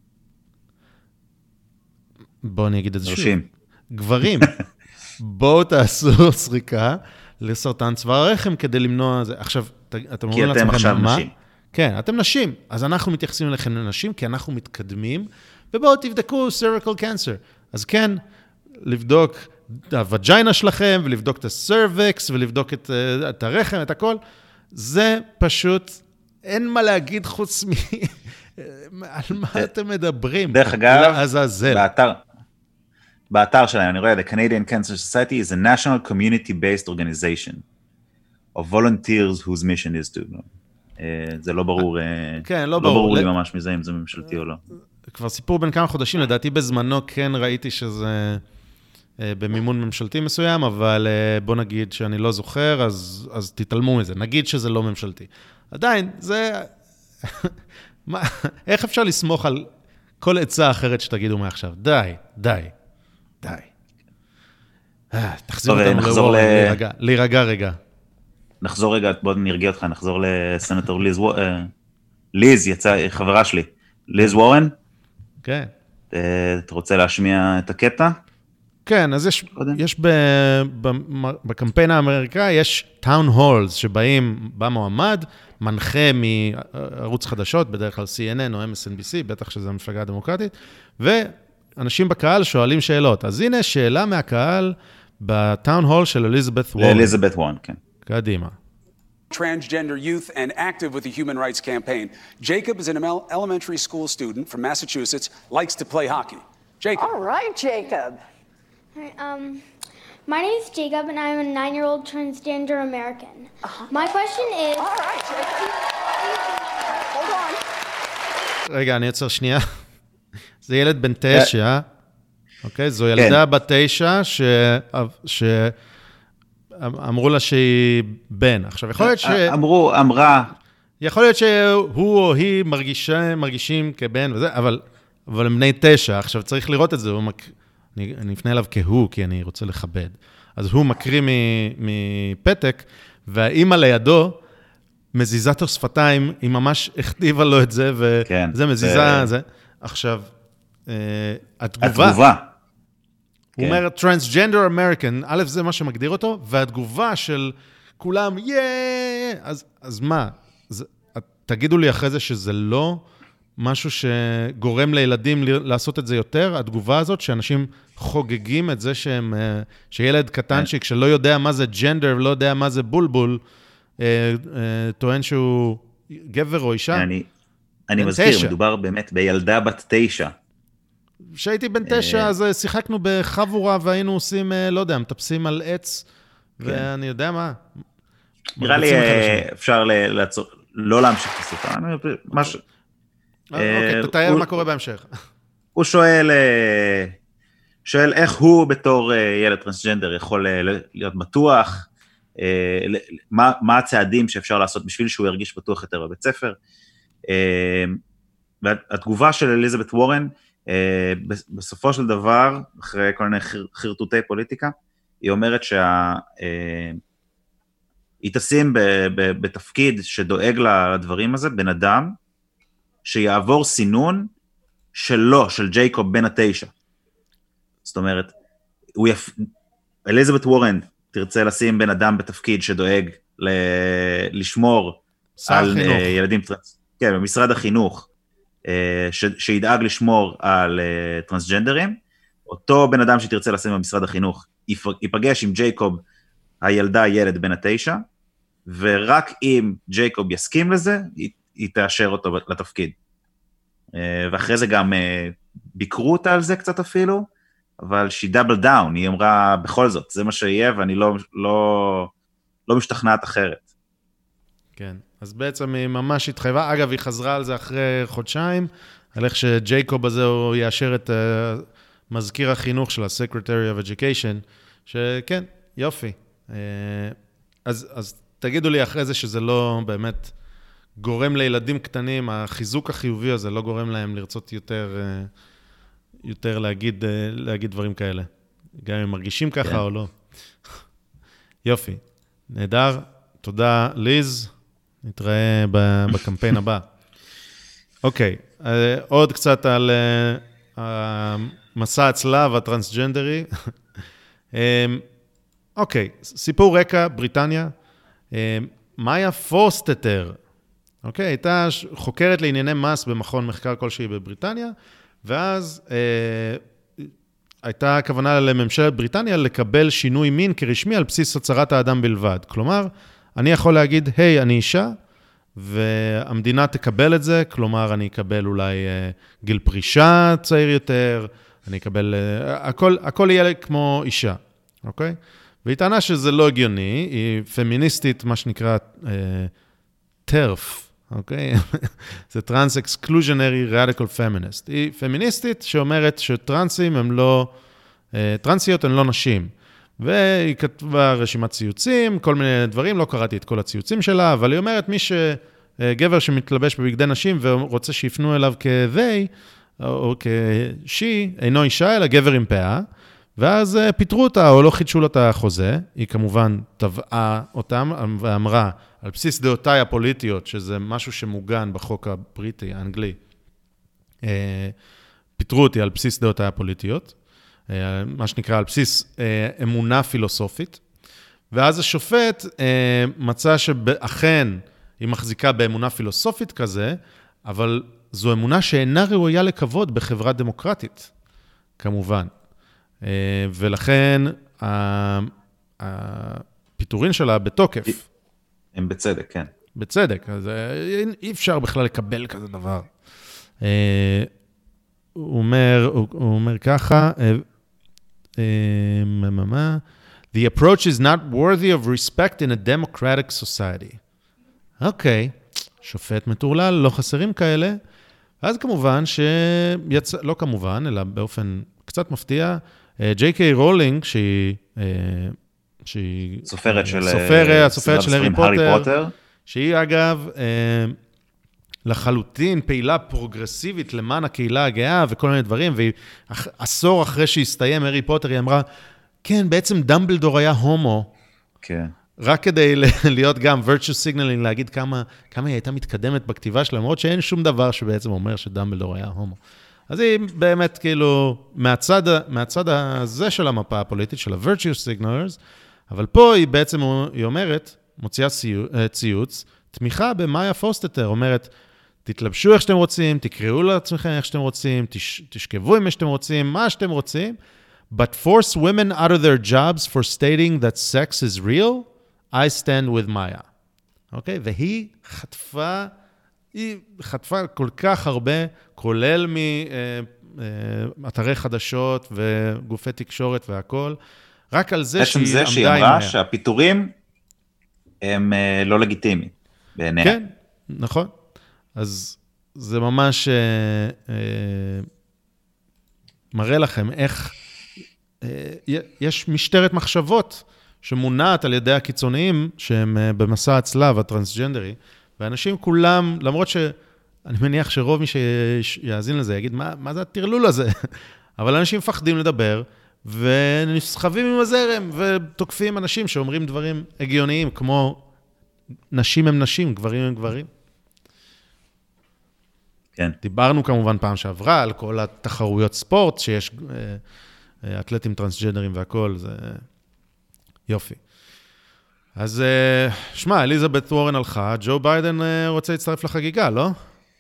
בואו אני אגיד את זה שוב. גברים, בואו תעשו סריקה לסרטן צוואר הרחם כדי למנוע זה. עכשיו, אתם אומרים לעצמכם, כי אתם עכשיו נשים. כן, אתם נשים. אז אנחנו מתייחסים אליכם לנשים, כי אנחנו מתקדמים, ובואו תבדקו cervical cancer. אז כן, לבדוק את הווג'יינה שלכם, ולבדוק את הסרוויקס, ולבדוק את הרחם, את הכל. זה פשוט, אין מה להגיד חוץ על מה אתם מדברים. דרך אגב, באתר שלהם, אני רואה, The Canadian Cancer Society is a national community-based organization of volunteers whose mission is to... זה לא ברור, כן, לא ברור לי ממש מזה, אם זה ממשלתי או לא. כבר סיפור בין כמה חודשים, לדעתי בזמנו כן ראיתי שזה במימון ממשלתי מסוים, אבל בוא נגיד שאני לא זוכר, אז תתעלמו מזה. נגיד שזה לא ממשלתי. עדיין, זה... איך אפשר לסמוך על כל עצה אחרת שתגידו מעכשיו? די. תחזיר אותנו להירגע רגע. נחזור רגע, בוא נרגיע אותך, נחזור לסנטור ליז, יצא חברה שלי. ליז וורן? כן. אתה רוצה להשמיע את הקטע? כן, אז יש בקמפיין האמריקאי, יש טאון הולס שבאים במועמד, מנחה מערוץ חדשות, בדרך כלל CNN או MSNBC, בטח שזה המפלגה הדמוקרטית, ואנשים בקהל שואלים שאלות. אז הנה שאלה מהקהל בטאון הול של אליזבת וורן. אליזבת וורן, כן. קדימה. Transgender youth and active with the Human Rights Campaign. Jacob is an elementary school student from Massachusetts, likes to play hockey. Jacob. All right, Jacob. My name is Jacob, and I'm a 9-year-old transgender American. My question is... All right, Jacob. Hold on. רגע, אני אעצר שנייה. זה ילד בן 9, אוקיי? זו ילדה בת 9 אמרו לה שהיא בן. עכשיו, יכול להיות אמרה. יכול להיות שהוא או היא מרגישים כבן וזה, אבל הם בני 9. עכשיו, צריך לראות את זה. אני אפנה אליו כהוא, כי אני רוצה לכבד. אז הוא מקריא מפתק, והאימא לידו, מזיזת השפתיים, היא ממש הכתיבה לו את זה, וזה מזיזה, זה. עכשיו, התגובה. הוא אומר, Transgender American, א' זה מה שמגדיר אותו, והתגובה של כולם, אז מה? תגידו לי אחרי זה שזה לא משהו שגורם לילדים לעשות את זה יותר, התגובה הזאת שאנשים חוגגים את זה שילד קטנצ'יק שלא יודע מה זה ג'נדר ולא יודע מה זה בולבול, טוען שהוא גבר או אישה. אני מזכיר, מדובר באמת בילדה בת 9. כשהייתי בן 9, אז שיחקנו בחבורה והיינו עושים, לא יודע, מטפסים על עץ, ואני יודע מה. נראה לי אפשר לא להמשיך את הסרטה. אוקיי, תתאר מה קורה בהמשך. הוא שואל איך הוא בתור ילד טרנסג'נדר יכול להיות בטוח, מה הצעדים שאפשר לעשות בשביל שהוא ירגיש בטוח יותר בבית ספר. והתגובה של אליזבת וורן, בסופו של דבר, אחרי כל מיני חרטוטי פוליטיקה, היא אומרת היא תשים בתפקיד שדואג לדברים הזה, בן אדם שיעבור סינון שלו, של ג'ייקוב בן 9. זאת אומרת, אליזבת וורן תרצה לשים בן אדם בתפקיד שדואג לשמור על ילדים טרנס, כן, במשרד החינוך, שידאג לשמור על טרנסג'נדרים, אותו בן אדם שתרצה לשים במשרד החינוך, ייפגש עם ג'ייקוב, הילדה ילד בן 9, ורק אם ג'ייקוב יסכים לזה, היא תאשר אותו לתפקיד. ואחרי זה גם ביקרו אותה על זה קצת אפילו, אבל she double down, היא אמרה בכל זאת, זה מה שיהיה, ואני לא משתכנעת אחרת. כן, אז בעצם היא ממש התחייבה, אגב, היא חזרה על זה אחרי חודשיים, על איך שג'ייקוב הזה הוא יאשר את מזכיר החינוך של ה-Secretary of Education, שכן, יופי. אז תגידו לי אחרי זה שזה לא באמת גורם לילדים קטנים, החיזוק החיובי הזה לא גורם להם לרצות יותר להגיד דברים כאלה. גם אם מרגישים ככה או לא. יופי. נהדר. תודה, ליז. נתראה בקמפיין הבא. אוקיי. עוד קצת על מסע הצלב הטרנסג'נדרי. אוקיי. סיפור רקע, בריטניה. מאיה פורסטטר. אוקיי. הייתה חוקרת לענייני מס במכון מחקר כלשהי בבריטניה, ואז הייתה הכוונה לממשלת בריטניה לקבל שינוי מין כרשמי על בסיס הצהרת האדם בלבד. כלומר, אני יכול להגיד, היי, אני אישה, והמדינה תקבל את זה, כלומר, אני אקבל אולי גיל פרישה צעיר יותר, אני אקבל, הכל יהיה כמו אישה, אוקיי? והיא טענה שזה לא הגיוני, היא פמיניסטית, מה שנקרא טרף, אוקיי? זה Trans-Exclusionary Radical Feminist. היא פמיניסטית שאומרת שטרנסים הם לא, טרנסיות הן לא נשים. והיא כתבה רשימת ציוצים, כל מיני דברים, לא קראתי את כל הציוצים שלה, אבל היא אומרת, מי שגבר שמתלבש בבגדי נשים ורוצה שיפנו אליו כ-they, או כ-she, אינו אישה, אלא גבר עם פאה, ואז פיטרו אותה או לא חידשו לו את החוזה, היא כמובן טבעה אותם ואמרה, על בסיס דעותיי הפוליטיות, שזה משהו שמוגן בחוק הבריטי, האנגלי, פיטרו אותי על בסיס דעותיי הפוליטיות, מה שנקרא על בסיס אמונה פילוסופית, ואז השופט מצא שאכן היא מחזיקה באמונה פילוסופית כזה, אבל זו אמונה שאינה ראויה לכבוד בחברה דמוקרטית, כמובן. ולכן הפיטורין שלה בתוקף. הם בצדק, כן. בצדק, אז אי אפשר בכלל לקבל כזה דבר. הוא אומר ככה, The approach is not worthy of respect in a democratic society. אוקיי, שופט מטורלל, לא חסרים כאלה. אז כמובן לא כמובן, אלא באופן קצת מפתיע, ג'יי.קיי רולינג, שהיא סופרת של הארי פוטר, שהיא אגב לחלוטין פעילה פרוגרסיבית למען הקהילה הגאה וכל מיני דברים, ועשור אחרי שהסתיים הארי פוטר, היא אמרה, כן, בעצם דמבלדור היה הומו, כן. רק כדי להיות גם virtue signaling, להגיד כמה היא הייתה מתקדמת בכתיבה שלה, למרות שאין שום דבר שבעצם אומר שדמבלדור היה הומו. אז היא באמת כאילו, מהצד הזה של המפה הפוליטית, של ה-virtue signalers, אבל פה היא בעצם, היא אומרת, מוציאה ציוץ, תמיכה במאיה פורסטטר, אומרת, תתלבשו איך שאתם רוצים, תקראו לעצמכם איך שאתם רוצים, תשכבו עם איך שאתם רוצים, מה שאתם רוצים, but force women out of their jobs for stating that sex is real, I stand with Maya. אוקיי? והיא חטפה כל כך הרבה, כולל מאתרי חדשות וגופי תקשורת והכל, רק על זה שהיא עמדה עם... בעצם זה שהיא אמרה שהפיטורים הם לא לגיטימיים בעיניה. כן, נכון. אז זה ממש מראה לכם איך יש משטרת מחשבות שמונעת על ידי הקיצוניים שהם במסע הצלב הטרנסג'נדרי, ואנשים כולם, למרות שאני מניח שרוב מי שיאזין לזה יגיד, מה זה הטרלול הזה? אבל אנשים מפחדים לדבר, ונסחבים עם הזרם, ותוקפים אנשים שאומרים דברים הגיוניים, כמו נשים הם נשים, גברים הם גברים. כן. דיברנו כמובן פעם שעברה על כל התחרויות ספורט, שיש אתלטים טרנסג'נדרים והכל, זה יופי. אז שמע, אליזבת וורן הלכה, ג'ו ביידן רוצה להצטרף לחגיגה, לא?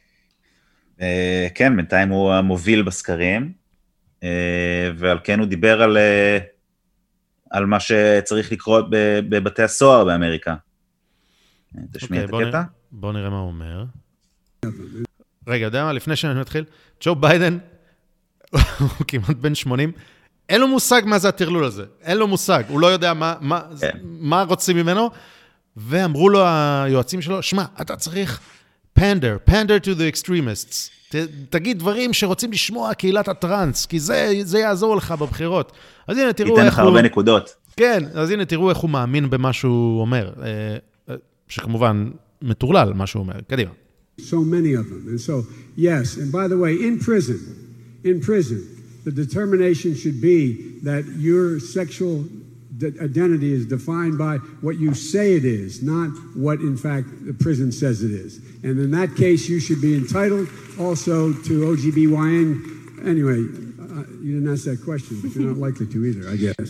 כן, בינתיים הוא המוביל בסקרים, ועל כן הוא דיבר על מה שצריך לקרות בבתי הסוהר באמריקה. תשמיע את הקטע? בוא נראה מה הוא אומר. רגע, יודע מה? לפני שאני מתחיל, ג'ו ביידן, הוא כמעט בן 80, אין לו מושג מה זה הטרלול הזה. אין לו מושג. הוא לא יודע מה רוצים ממנו, ואמרו לו היועצים שלו, שמע, אתה צריך pander to the extremists. תגיד דברים שרוצים לשמוע קהילת הטרנס, כי זה יעזור לך בבחירות. אז הנה, תראו איך הוא... ייתן לך הרבה נקודות. כן, אז הנה, תראו איך הוא מאמין במה שהוא אומר. שכמובן, מטורלל מה שהוא אומר. קדימה. So many of them. And so, yes, and by the way, in prison, the determination should be that your sexual identity is defined by what you say it is, not what, in fact, the prison says it is. And in that case, you should be entitled also to OGBYN. Anyway, you didn't ask that question, but you're not likely to either, I guess.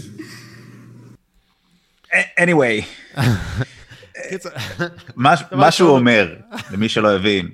Anyway. מה שהוא אומר, למי שלא הבין,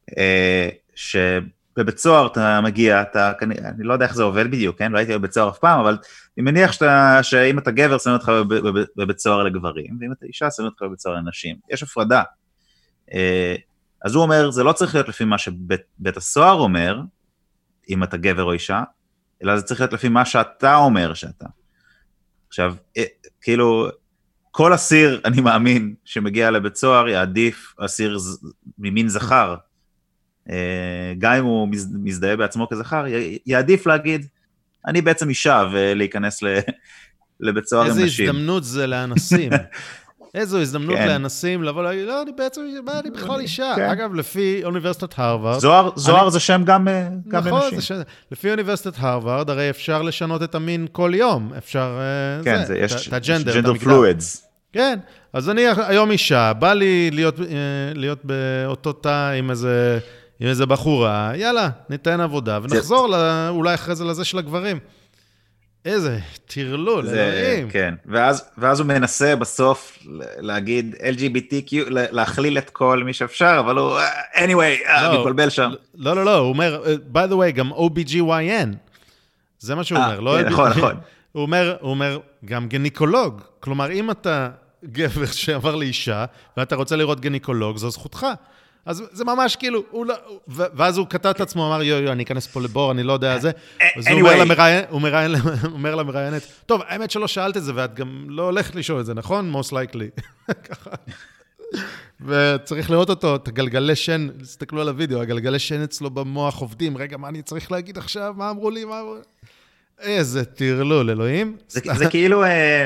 שבבית סוהר אתה מגיע, אני לא יודע איך זה עובד בדיוק, כן? לא הייתי בבית סוהר אף פעם, אבל אני מניח שאם אתה גבר, שמים אותך בבית סוהר לגברים, ואם אתה אישה, שמים אותך בבית סוהר לנשים. יש הפרדה. אז הוא אומר, זה לא צריך להיות לפי מה שבית הסוהר אומר, אם אתה גבר או אישה, אלא זה צריך להיות לפי מה שאתה אומר שאתה. עכשיו, כאילו... כל אסיר, אני מאמין, שמגיע לבית סוהר, יעדיף אסיר ממין זכר. גם אם הוא מזדהה בעצמו כזכר, יעדיף להגיד, אני בעצם אישה, ולהיכנס לבית סוהר עם נשים. איזו הזדמנות זה לאנסים. איזו הזדמנות לאנסים, לבוא להגיד, לא, אני בעצם, אני בכלל אישה. אגב, לפי אוניברסיטת הרווארד... זוהר זה שם גם לנשים. נכון, לפי אוניברסיטת הרווארד, הרי אפשר לשנות את המין כל יום. אפשר, כן, יש ג'נדר פלואידס. כן, אז אני היום אישה, בא לי להיות באותו תא עם איזה בחורה, יאללה, ניתן עבודה, ונחזור אולי אחרי זה לזה של הגברים. איזה טרלול, אלוהים. כן, ואז הוא מנסה בסוף להגיד LGBTQ, להכליל את כל מי שאפשר, אבל הוא, anyway, מתבלבל שם. לא, הוא אומר, by the way, גם OBGYN, זה מה שהוא אומר. נכון. הוא אומר, גם גניקולוג, כלומר, אם אתה גבר שעבר לאישה, ואתה רוצה לראות גניקולוג, זו זכותך. אז זה ממש כאילו, ואז הוא קטע את עצמו, אמר, אני אכנס פה לבור, אני לא יודע זה. אז הוא אומר למראיינת, טוב, האמת שלא שאלת את זה, ואת גם לא הולכת לשאול את זה, נכון? Most likely. ככה. וצריך לראות אותו, את הגלגלי שן, תסתכלו על הוידאו, הגלגלי שן אצלו במוח עובדים, רגע, מה אני צריך להגיד עכשיו? מה אמרו לי? איזה טרלול, אלוהים. זה כאילו,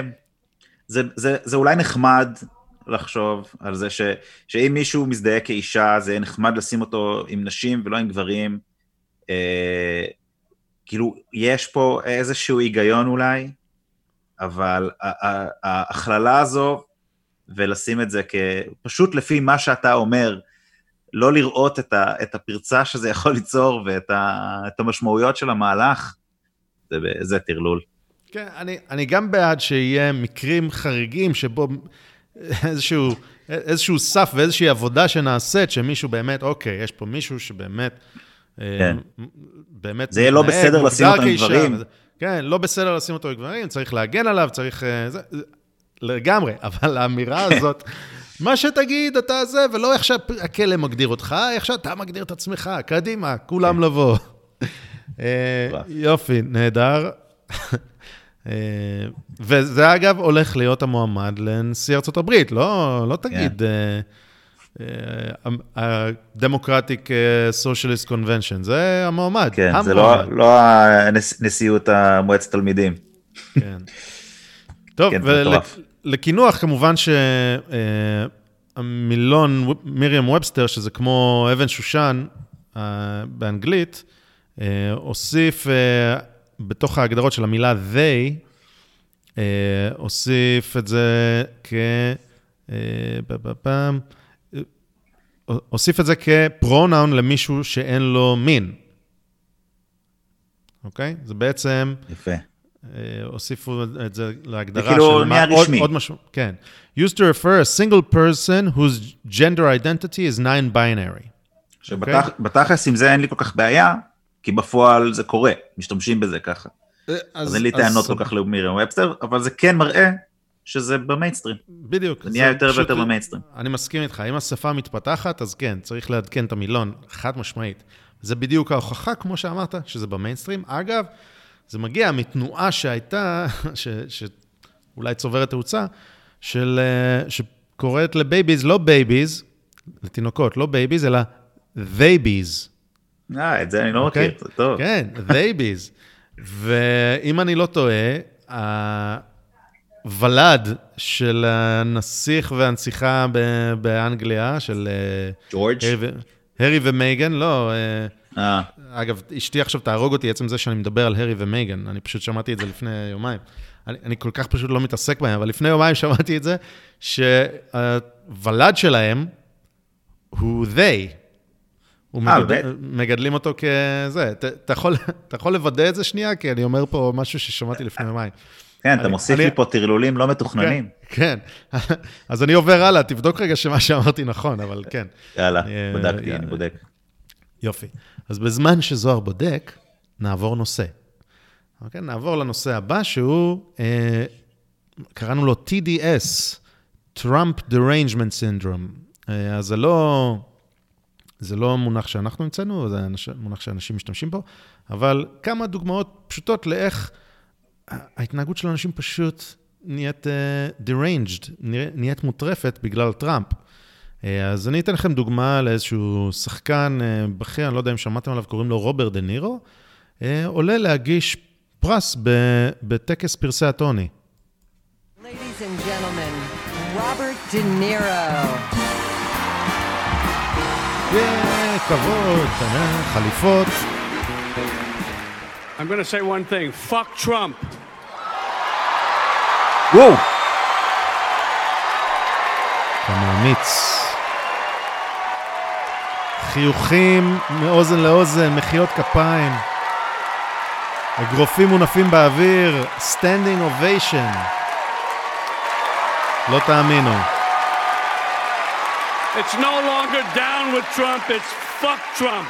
זה אולי נחמד לחשוב על זה שאם מישהו מזדהה כאישה, זה נחמד לשים אותו עם נשים ולא עם גברים. כאילו, יש פה איזשהו היגיון אולי, אבל ההכללה הזו, ולשים את זה פשוט לפי מה שאתה אומר, לא לראות את הפרצה שזה יכול ליצור, ואת המשמעויות של המהלך, זה טרלול. כן, אני גם בעד שיהיה מקרים חריגים, שבו איזשהו סף ואיזושהי עבודה שנעשית, שמישהו באמת, אוקיי, יש פה מישהו שבאמת, זה יהיה לא בסדר לשים אותו עם גברים. כן, לא בסדר לשים אותו עם גברים, צריך להגן עליו, צריך, לגמרי, אבל האמירה הזאת, מה שתגיד אתה זה, ולא איך שהכלא מגדיר אותך, איך שאתה מגדיר את עצמך, קדימה, כולם לבוא. יופי, נהדר. וזה אגב הולך להיות המועמד לנשיא ארצות הברית, לא תגיד ה-Democratic Socialist Convention, זה המועמד. כן, זה לא הנשיאות המועצת תלמידים. כן. טוב, ולכינוח כמובן שהמילון מיריאם ובסטר, שזה כמו אבן שושן באנגלית, הוסיף בתוך ההגדרות של המילה they, הוסיף את זה הוסיף את זה כפרונאון למישהו שאין לו מין. אוקיי? זה בעצם... יפה. הוסיפו את זה להגדרה של... כאילו נהיה רשמי. עוד משהו, כן. Used to refer a single person whose gender identity is non-binary. שבתכלס עם זה אין לי כל כך בעיה, כי בפועל זה קורה, משתמשים בזה ככה. אז אין לי טענות כל כך למיריam ובסטר, אבל זה כן מראה שזה במיינסטרים. בדיוק. זה נהיה יותר ויותר במיינסטרים. אני מסכים איתך, אם השפה מתפתחת, אז כן, צריך לעדכן את המילון, חד משמעית. זה בדיוק ההוכחה, כמו שאמרת, שזה במיינסטרים. אגב, זה מגיע מתנועה שהייתה, שאולי צוברת תאוצה, שקוראת לבייביז, לא בייביז, לתינוקות, לא בייביז, אלא theybies. את זה אני לא מכיר, זה טוב. כן, theybies. ואם אני לא טועה, הוולד של הנסיך והנסיכה באנגליה, של... ג'ורג'? הרי ומייגן, לא... אגב, אשתי עכשיו תהרוג אותי עצם זה שאני מדבר על הרי ומייגן, אני פשוט שמעתי את זה לפני יומיים. אני כל כך פשוט לא מתעסק בהם, אבל לפני יומיים שמעתי את זה, שהוולד שלהם הוא they. מגדלים אותו כזה. אתה יכול לוודא את זה שנייה? כי אני אומר פה משהו ששמעתי לפני יומיים. כן, אתה מוסיף לי פה תרלולים לא מתוכננים. כן, אז אני עובר הלאה, תבדוק רגע שמה שאמרתי נכון, אבל כן. יאללה, בדקתי, אני בודק. יופי. אז בזמן שזוהר בודק, נעבור נושא. אוקיי, נעבור לנושא הבא, שהוא, קראנו לו TDS, Trump Derangement Syndrome. אז זה לא מונח שאנחנו המצאנו, זה מונח שאנשים משתמשים בו, אבל כמה דוגמאות פשוטות לאיך ההתנהגות של אנשים פשוט נהיית deranged, נהיית מוטרפת בגלל טראמפ. אז אני אתן לכם דוגמה לאיזשהו שחקן בכיר, אני לא יודע אם שמעתם עליו, קוראים לו רוברט דה נירו, עולה להגיש פרס בטקס פרסי הטוני. Ladies and gentlemen, Robert De Niro. וכבוד, חליפות. I'm going to say one thing, fuck Trump. וואו. כמה אמיץ. חיוכים מאוזן לאוזן, מחיאות כפיים. אגרופים מונפים באוויר, standing ovation. לא תאמינו. It's no longer down with Trump, it's fuck Trump.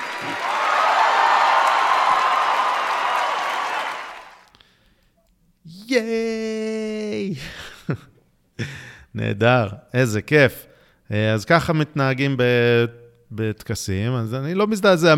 ייי! נהדר, איזה כיף. אז ככה מתנהגים בתקסים, אז אני לא מזדעזע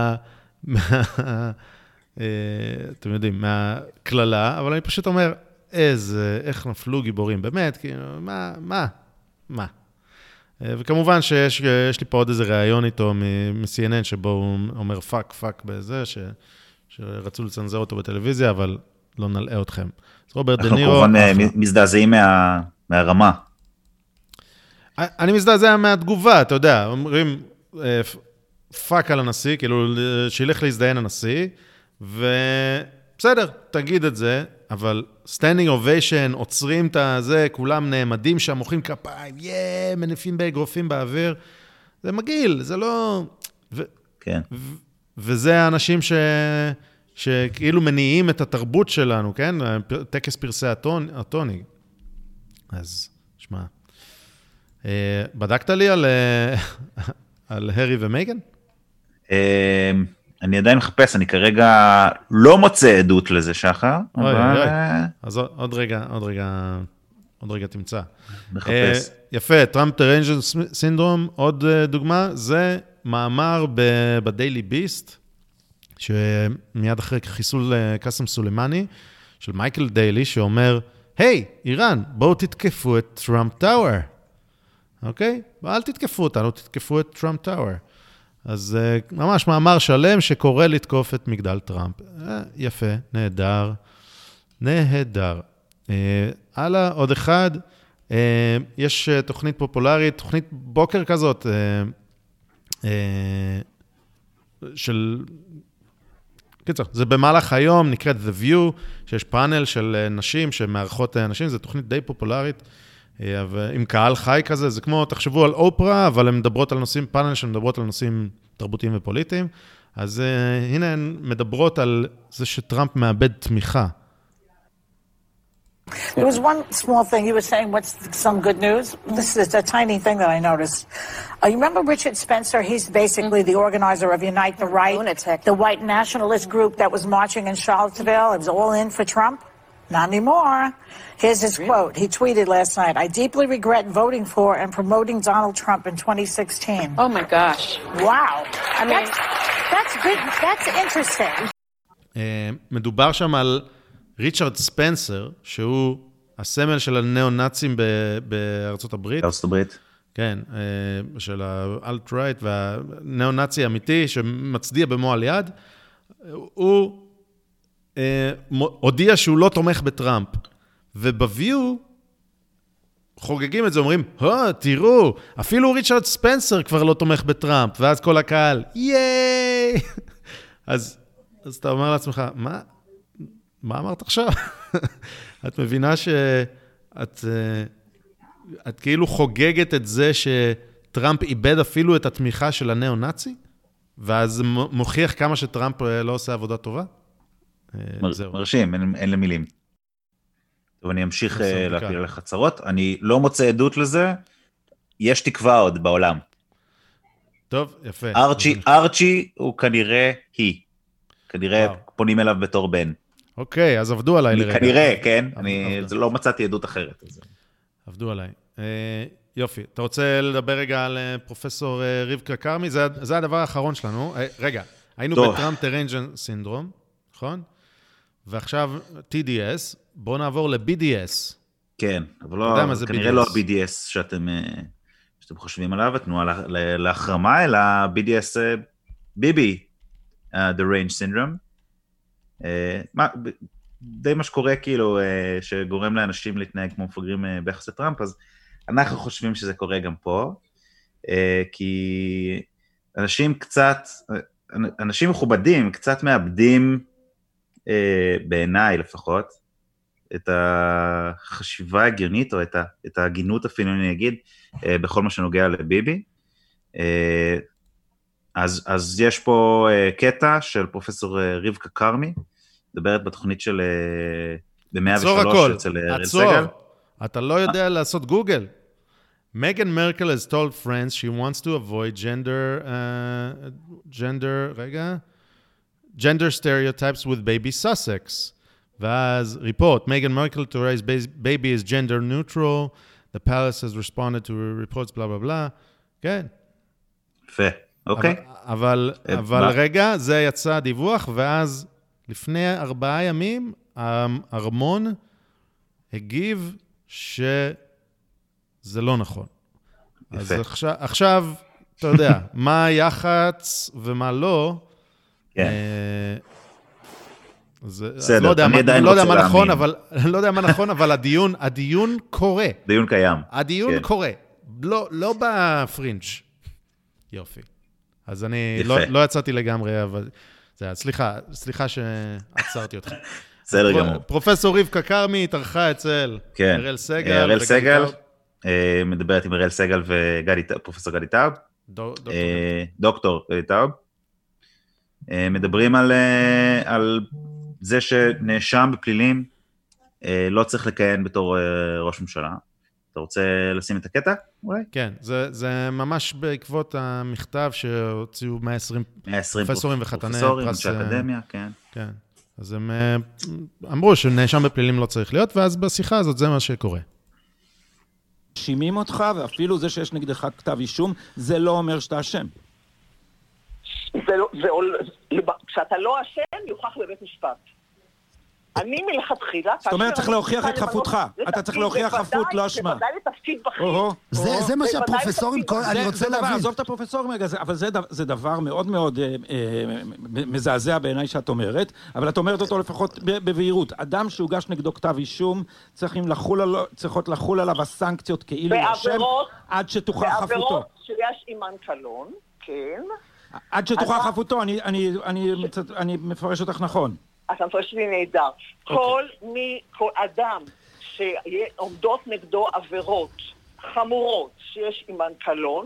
אתם יודעים, מהכללה, אבל אני פשוט אומר, איך נפלו גיבורים, באמת, כאילו, מה? וכמובן שיש לי פה עוד איזה ראיון איתו מ-CNN, שבו הוא אומר פאק בזה, שרצו לצנזר אותו בטלוויזיה, אבל לא נלאה אתכם. אז רוברט דה נירו... אנחנו כמובן מזדעזעים מהרמה. אני מזדעזע מהתגובה, אתה יודע, אומרים פאק על הנשיא, כאילו שילך להזדיין הנשיא, ובסדר, תגיד את זה, אבל standing ovation, עוצרים את זה, כולם נעמדים שם, מוחאים כפיים, מניפים באגרופים באוויר, זה מגעיל, זה לא... כן. וזה האנשים שכאילו מניעים את התרבות שלנו, כן? טקס פרסי הטוני. אז, שמע, בדקת לי על הרי ומייגן? אני עדיין מחפש, אני כרגע לא מוצא עדות לזה, שחר. אז עוד רגע תמצא. מחפש. יפה, טראמפ דרנג'נט סינדרום, עוד דוגמה, זה מאמר בדיילי ביסט, שמיד אחרי חיסול קאסם סולימני, של מייקל דיילי, שאומר, היי, איראן, בואו תתקפו את טראמפ טאוור. אוקיי? אל תתקפו אותנו, תתקפו את טראמפ טאוור. אז ממש מאמר שלם שקורא לתקוף את מגדל טראמפ. יפה, נהדר. הלאה, עוד אחד, יש תוכנית פופולרית, תוכנית בוקר כזאת, של... קיצור, זה במהלך היום, נקראת The View, שיש פאנל של נשים שמארחות נשים, זו תוכנית די פופולרית, עם קהל חי כזה, זה כמו, תחשבו על אופרה, אבל הן מדברות על נושאים, פאנל שמדברות על נושאים תרבותיים ופוליטיים, אז הנה הן מדברות על זה שטראמפ מאבד תמיכה. There was one small thing you were saying, what's some good news? This is a tiny thing that I noticed. You remember Richard Spencer? He's basically the organizer of Unite the Right, the white nationalist group that was marching in Charlottesville. It was all in for Trump. Not anymore. Here's his quote. He tweeted last night, I deeply regret voting for and promoting Donald Trump in 2016. Oh my gosh. Wow. I mean, that's big. That's interesting. מדובר שם על ריצ'רד ספנסר, שהוא הסמל של הניאו-נאצים בארצות הברית. בארצות הברית. כן, של האלט-רייט והניאו-נאצי האמיתי שמצדיע במועל יד. הוא הודיע שהוא לא תומך בטראמפ. ובביו חוגגים את זה, אומרים, תראו, אפילו ריצ'רד ספנסר כבר לא תומך בטראמפ. ואז כל הקהל, ייי! אז אתה אומר לעצמך, מה אמרת עכשיו? את מבינה שאת כאילו חוגגת את זה שטראמפ איבד אפילו את התמיכה של הניאו-נאצי? ואז מוכיח כמה שטראמפ לא עושה עבודה טובה? מרשים, אין למילים. טוב, אני אמשיך להפיל לך הצהרות. אני לא מוצא עדות לזה. יש תקווה עוד בעולם. טוב, יפה. ארצ'י הוא כנראה היא. כנראה פונים אליו בתור בן. אוקיי, אז עבדו עליי לרגע. כנראה, כן. אני לא מצאתי עדות אחרת. עבדו עליי. יופי. אתה רוצה לדבר רגע על פרופסור רבקה כרמי? זה הדבר האחרון שלנו. רגע, היינו בטראמפ טרנג'ן סינדרום, נכון? ועכשיו TDS, בואו נעבור ל-BDS. כן, אבל כנראה לא ה-BDS שאתם חושבים עליו, התנועה להחרמה, אלא BDS ביבי, deranged syndrome. די מה שקורה כאילו, שגורם לאנשים להתנהג כמו מפגרים ביחס לטראמפ, אז אנחנו חושבים שזה קורה גם פה, כי אנשים מכובדים קצת מאבדים, בעיניי לפחות, את החשיבה הגיונית, או את ההגינות אפילו אני אגיד, בכל מה שנוגע לביבי. אז יש פה קטע של פרופסור רבקה כרמי, מדברת בתוכנית של ב-103 אצל אראל סגל. אתה לא יודע לעשות גוגל. Meghan Merkel has told friends she wants to avoid gender stereotypes with baby Sussex. ואז report, Meghan Merkel to raise baby is gender neutral, the palace has responded to reports, blah, blah, blah. כן. יפה, אוקיי. אבל רגע, זה יצא דיווח, ואז לפני 4 ימים, הארמון הגיב שזה לא נכון. יפה. אז עכשיו, אתה יודע, מה היח"צ ומה לא, בסדר, לא יודע מה נכון, אבל הדיון קורה. דיון קיים. הדיון קורה. לא בפרינג'. יופי. אז אני לא יצאתי לגמרי, אבל סליחה שעצרתי אותך. בסדר גמור. פרופסור רבקה כרמי התארחה אצל אראל סגל. אראל סגל, מדברת עם אראל סגל ופרופסור גדי טאוב. דוקטור גדי טאוב. מדברים על זה שנאשם בפלילים לא צריך לכהן בתור ראש ממשלה. אתה רוצה לשים את הקטע? כן, זה ממש בעקבות המכתב שהוציאו 120 פרופסורים וחתני פרופסורים, אנשי אקדמיה, כן. כן, אז הם אמרו שנאשם בפלילים לא צריך להיות, ואז בשיחה הזאת זה מה שקורה. שימים אותך, ואפילו זה שיש נגדך כתב אישום, זה לא אומר שאתה אשם. כשאתה לא אשם, יוכח בבית משפט. אני מלכתחילה... זאת אומרת, צריך להוכיח את חפותך. אתה צריך להוכיח חפות, לא אשמה. בוודאי לתפקיד בכיר. זה מה שהפרופסורים... אני רוצה להבין. עזוב את הפרופסורים רגע, אבל זה דבר מאוד מאוד מזעזע בעיניי שאת אומרת, אבל את אומרת אותו לפחות בבהירות. אדם שהוגש נגדו כתב אישום, צריכות לחול עליו הסנקציות כאילו אשם, עד שתוכח חפותו. בעבירות שיש עימן קלון, כן. עד שתוכח חפותו, אני מפרש אותך נכון. אתה מפרש לי נהדר. כל אדם שעומדות נגדו עבירות חמורות שיש עימן קלון,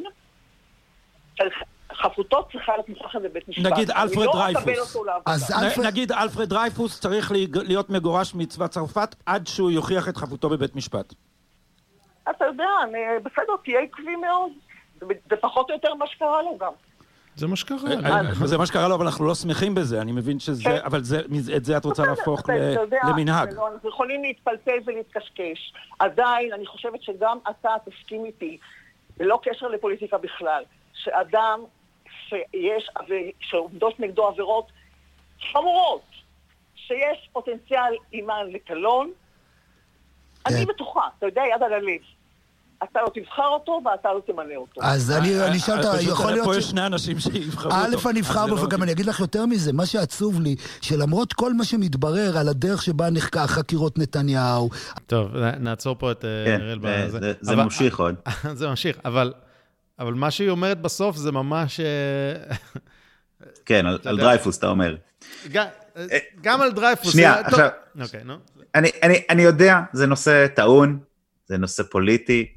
חפותו צריכה להיות מוכחת בבית משפט. נגיד אלפרד דרייפוס. נגיד אלפרד דרייפוס צריך להיות מגורש מצבא צרפת עד שהוא יוכיח את חפותו בבית משפט. אתה יודע, בסדר, תהיה עקבי מאוד. זה פחות או יותר מה שקרה לו גם. זה מה שקרה לו. זה מה שקרה לו, אבל אנחנו לא שמחים בזה. אני מבין שזה, אבל את זה את רוצה להפוך למנהג. אנחנו יכולים להתפלפל ולהתקשקש. עדיין, אני חושבת שגם אתה תסכים איתי, ללא קשר לפוליטיקה בכלל, שאדם שעומדות נגדו עבירות חמורות, שיש פוטנציאל אימן לקלון, אני בטוחה, אתה יודע, יד על הלב. אתה לא תבחר אותו ואתה לא תמנה אותו. אז אני אשאל אותה, יכול להיות פה יש שני אנשים שיבחרו אותו. א', אני אבחר בו, וגם אני אגיד לך יותר מזה, מה שעצוב לי, שלמרות כל מה שמתברר על הדרך שבה נחקה חקירות נתניהו... טוב, נעצור פה את אראל בזה. זה ממשיך עוד. זה ממשיך, אבל מה שהיא אומרת בסוף זה ממש... כן, על דרייפוס אתה אומר. גם על דרייפוס. שנייה, עכשיו... אני יודע, זה נושא טעון, זה נושא פוליטי,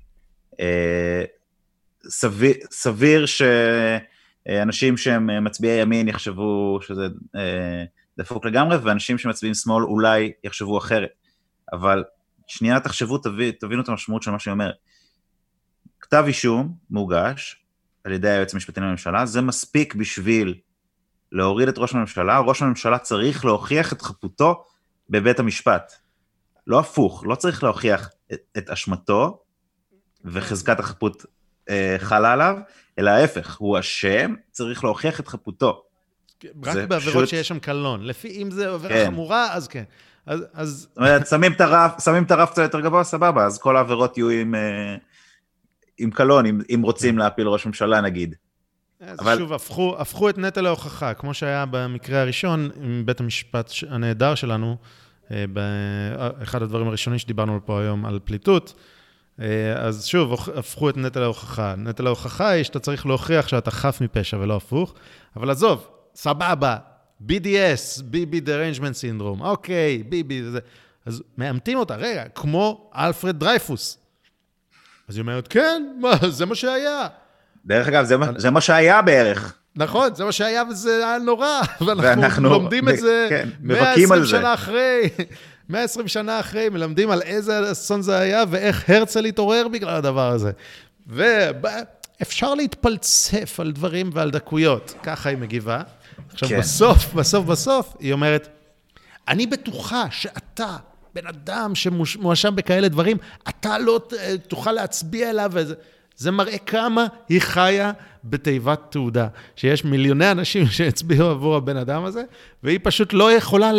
סביר שאנשים שהם מצביעי ימין יחשבו שזה דפוק לגמרי, ואנשים שמצביעים שמאל אולי יחשבו אחרת. אבל שנייה תחשבו, תבינו את המשמעות של מה שהיא אומרת. כתב אישום מוגש על ידי היועץ המשפטי לממשלה, זה מספיק בשביל להוריד את ראש הממשלה, ראש הממשלה צריך להוכיח את חפותו בבית המשפט. לא הפוך, לא צריך להוכיח את אשמתו, וחזקת החפות חלה עליו, אלא ההפך, הוא אשם, צריך להוכיח את חפותו. רק בעבירות שיש שם קלון. לפי אם זה עבירה חמורה, אז כן. זאת אומרת, שמים את הרף קצת יותר גבוה, סבבה, אז כל העבירות יהיו עם קלון, אם רוצים להפיל ראש ממשלה, נגיד. שוב, הפכו את נטל ההוכחה, כמו שהיה במקרה הראשון, עם בית המשפט הנהדר שלנו, באחד הדברים הראשונים שדיברנו פה היום על פליטות, אז שוב, הפכו את נטל ההוכחה. נטל ההוכחה היא שאתה צריך להוכיח שאתה חף מפשע ולא הפוך, אבל עזוב, סבבה, BDS, BB Derangement Syndrome, אוקיי, BB, זה. אז מאמתים אותה, רגע, כמו אלפרד דרייפוס. אז היא אומרת, כן, זה מה שהיה. דרך אגב, זה מה שהיה בערך. נכון, זה מה שהיה וזה היה נורא, ואנחנו לומדים את זה 120 שנה אחרי, 120 שנה אחרי, מלמדים על איזה אסון זה היה, ואיך הרצל התעורר בגלל הדבר הזה. ואפשר להתפלצף על דברים ועל דקויות, ככה היא מגיבה. עכשיו בסוף, היא אומרת, אני בטוחה שאתה, בן אדם שמואשם בכאלה דברים, אתה לא תוכל להצביע אליו, זה מראה כמה היא חיה בתיבת תעודה, שיש מיליוני אנשים שהצביעו עבור הבן אדם הזה, והיא פשוט לא יכולה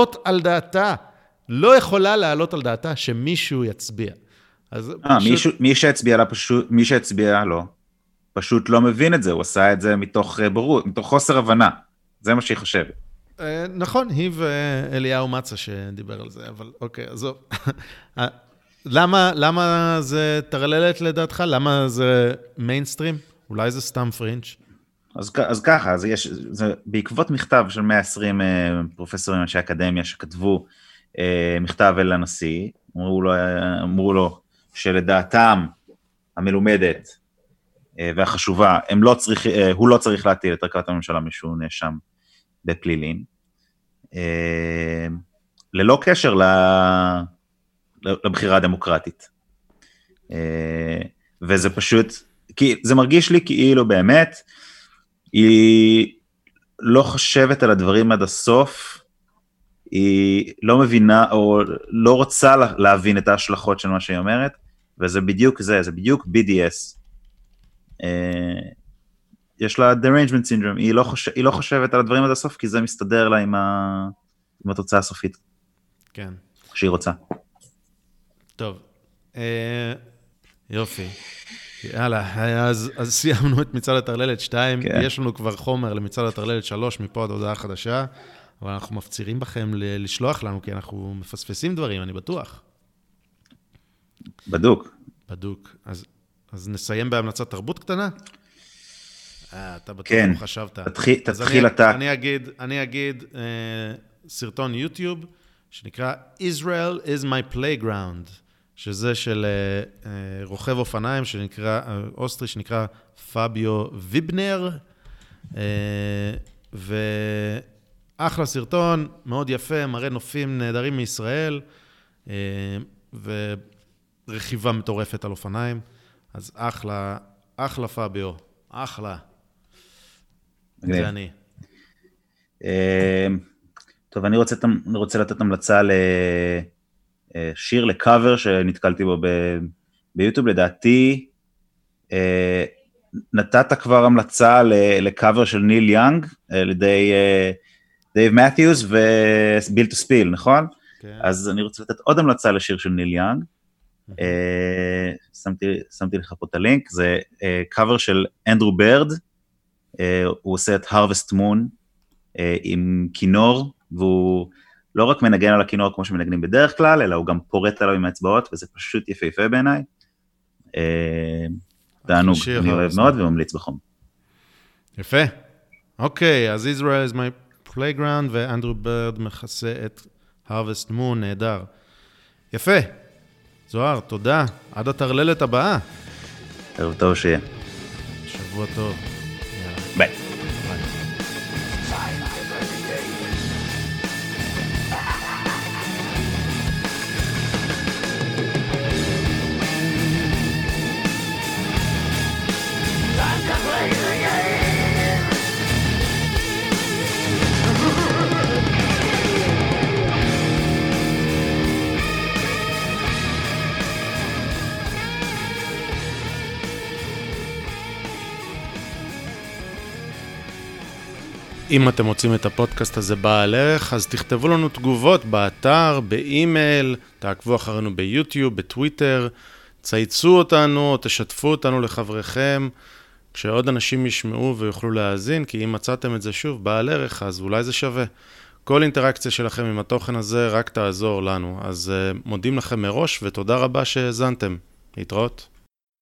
להעלות על דעתה, שמישהו יצביע. מי שהצביע לו, פשוט לא מבין את זה, הוא עשה את זה מתוך בורות, מתוך חוסר הבנה, זה מה שהיא חושבת. נכון, היא ואליהו מצה שדיבר על זה, אבל אוקיי, עזוב. למה זה תרללת לדעתך? למה זה מיינסטרים? אולי זה סתם פרינץ'? אז ככה, זה בעקבות מכתב של 120 פרופסורים אנשי אקדמיה שכתבו מכתב אל הנשיא, אמרו לו שלדעתם המלומדת והחשובה, הוא לא צריך להטיל את הרכבת הממשלה משהו נאשם בפלילים, ללא קשר לבחירה הדמוקרטית. וזה פשוט, זה מרגיש לי כאילו באמת, היא לא חושבת על הדברים עד הסוף, היא לא מבינה, או לא רוצה להבין את ההשלכות של מה שהיא אומרת, וזה בדיוק זה בדיוק BDS. יש לה derangement syndrome, היא לא חושבת על הדברים עד הסוף, כי זה מסתדר לה עם התוצאה הסופית. כן. שהיא רוצה. טוב, יופי. יאללה, אז סיימנו את מצעד הטרללת 2, יש לנו כבר חומר למצעד הטרללת 3 מפה עד הודעה חדשה, אבל אנחנו מפצירים בכם לשלוח לנו, כי אנחנו מפספסים דברים, אני בטוח. בדוק. אז נסיים בהמלצת תרבות קטנה? אתה בטוח חשבת. תתחיל אתה. אני אגיד סרטון יוטיוב, שנקרא Israel is my playground. שזה של רוכב אופניים אוסטרי שנקרא פאביו ויבנר, ואחלה סרטון, מאוד יפה, מראה נופים נהדרים מישראל, ורכיבה מטורפת על אופניים, אז אחלה פאביו, אחלה. זה אני. טוב, אני רוצה לתת המלצה לשיר, לקאבר שנתקלתי בו ביוטיוב, לדעתי, נתת כבר המלצה לקאבר של ניל יאנג, לידי דייב מת'יוס וביל טו ספיל, נכון? אז אני רוצה לתת עוד המלצה לשיר של ניל יאנג, שמתי לך פה את הלינק, זה קאבר של אנדרו ברד, הוא עושה את Harvest Moon עם כינור, והוא לא רק מנגן על הכינור כמו שמנגנים בדרך כלל, אלא הוא גם פורט עליו עם האצבעות, וזה פשוט יפהפה בעיניי. תענוג, אני אוהב מאוד וממליץ בחום. יפה. אוקיי, אז Israel is my playground, ואנדרו ברד מכסה את Harvest Moon, נהדר. יפה. זוהר, תודה. עד התרללת הבאה. ערב טוב שיהיה. שבוע טוב. ביי. אם אתם רוצים את הפודקאסט הזה בעל ערך, אז תכתבו לנו תגובות באתר, באימייל, תעקבו אחרינו ביוטיוב, בטוויטר, צייצו אותנו, תשתפו אותנו לחבריכם, כשעוד אנשים ישמעו ויוכלו להאזין, כי אם מצאתם את זה שוב בעל ערך, אז אולי זה שווה. כל אינטראקציה שלכם עם התוכן הזה רק תעזור לנו, אז מודים לכם מראש ותודה רבה שהאזנתם. להתראות.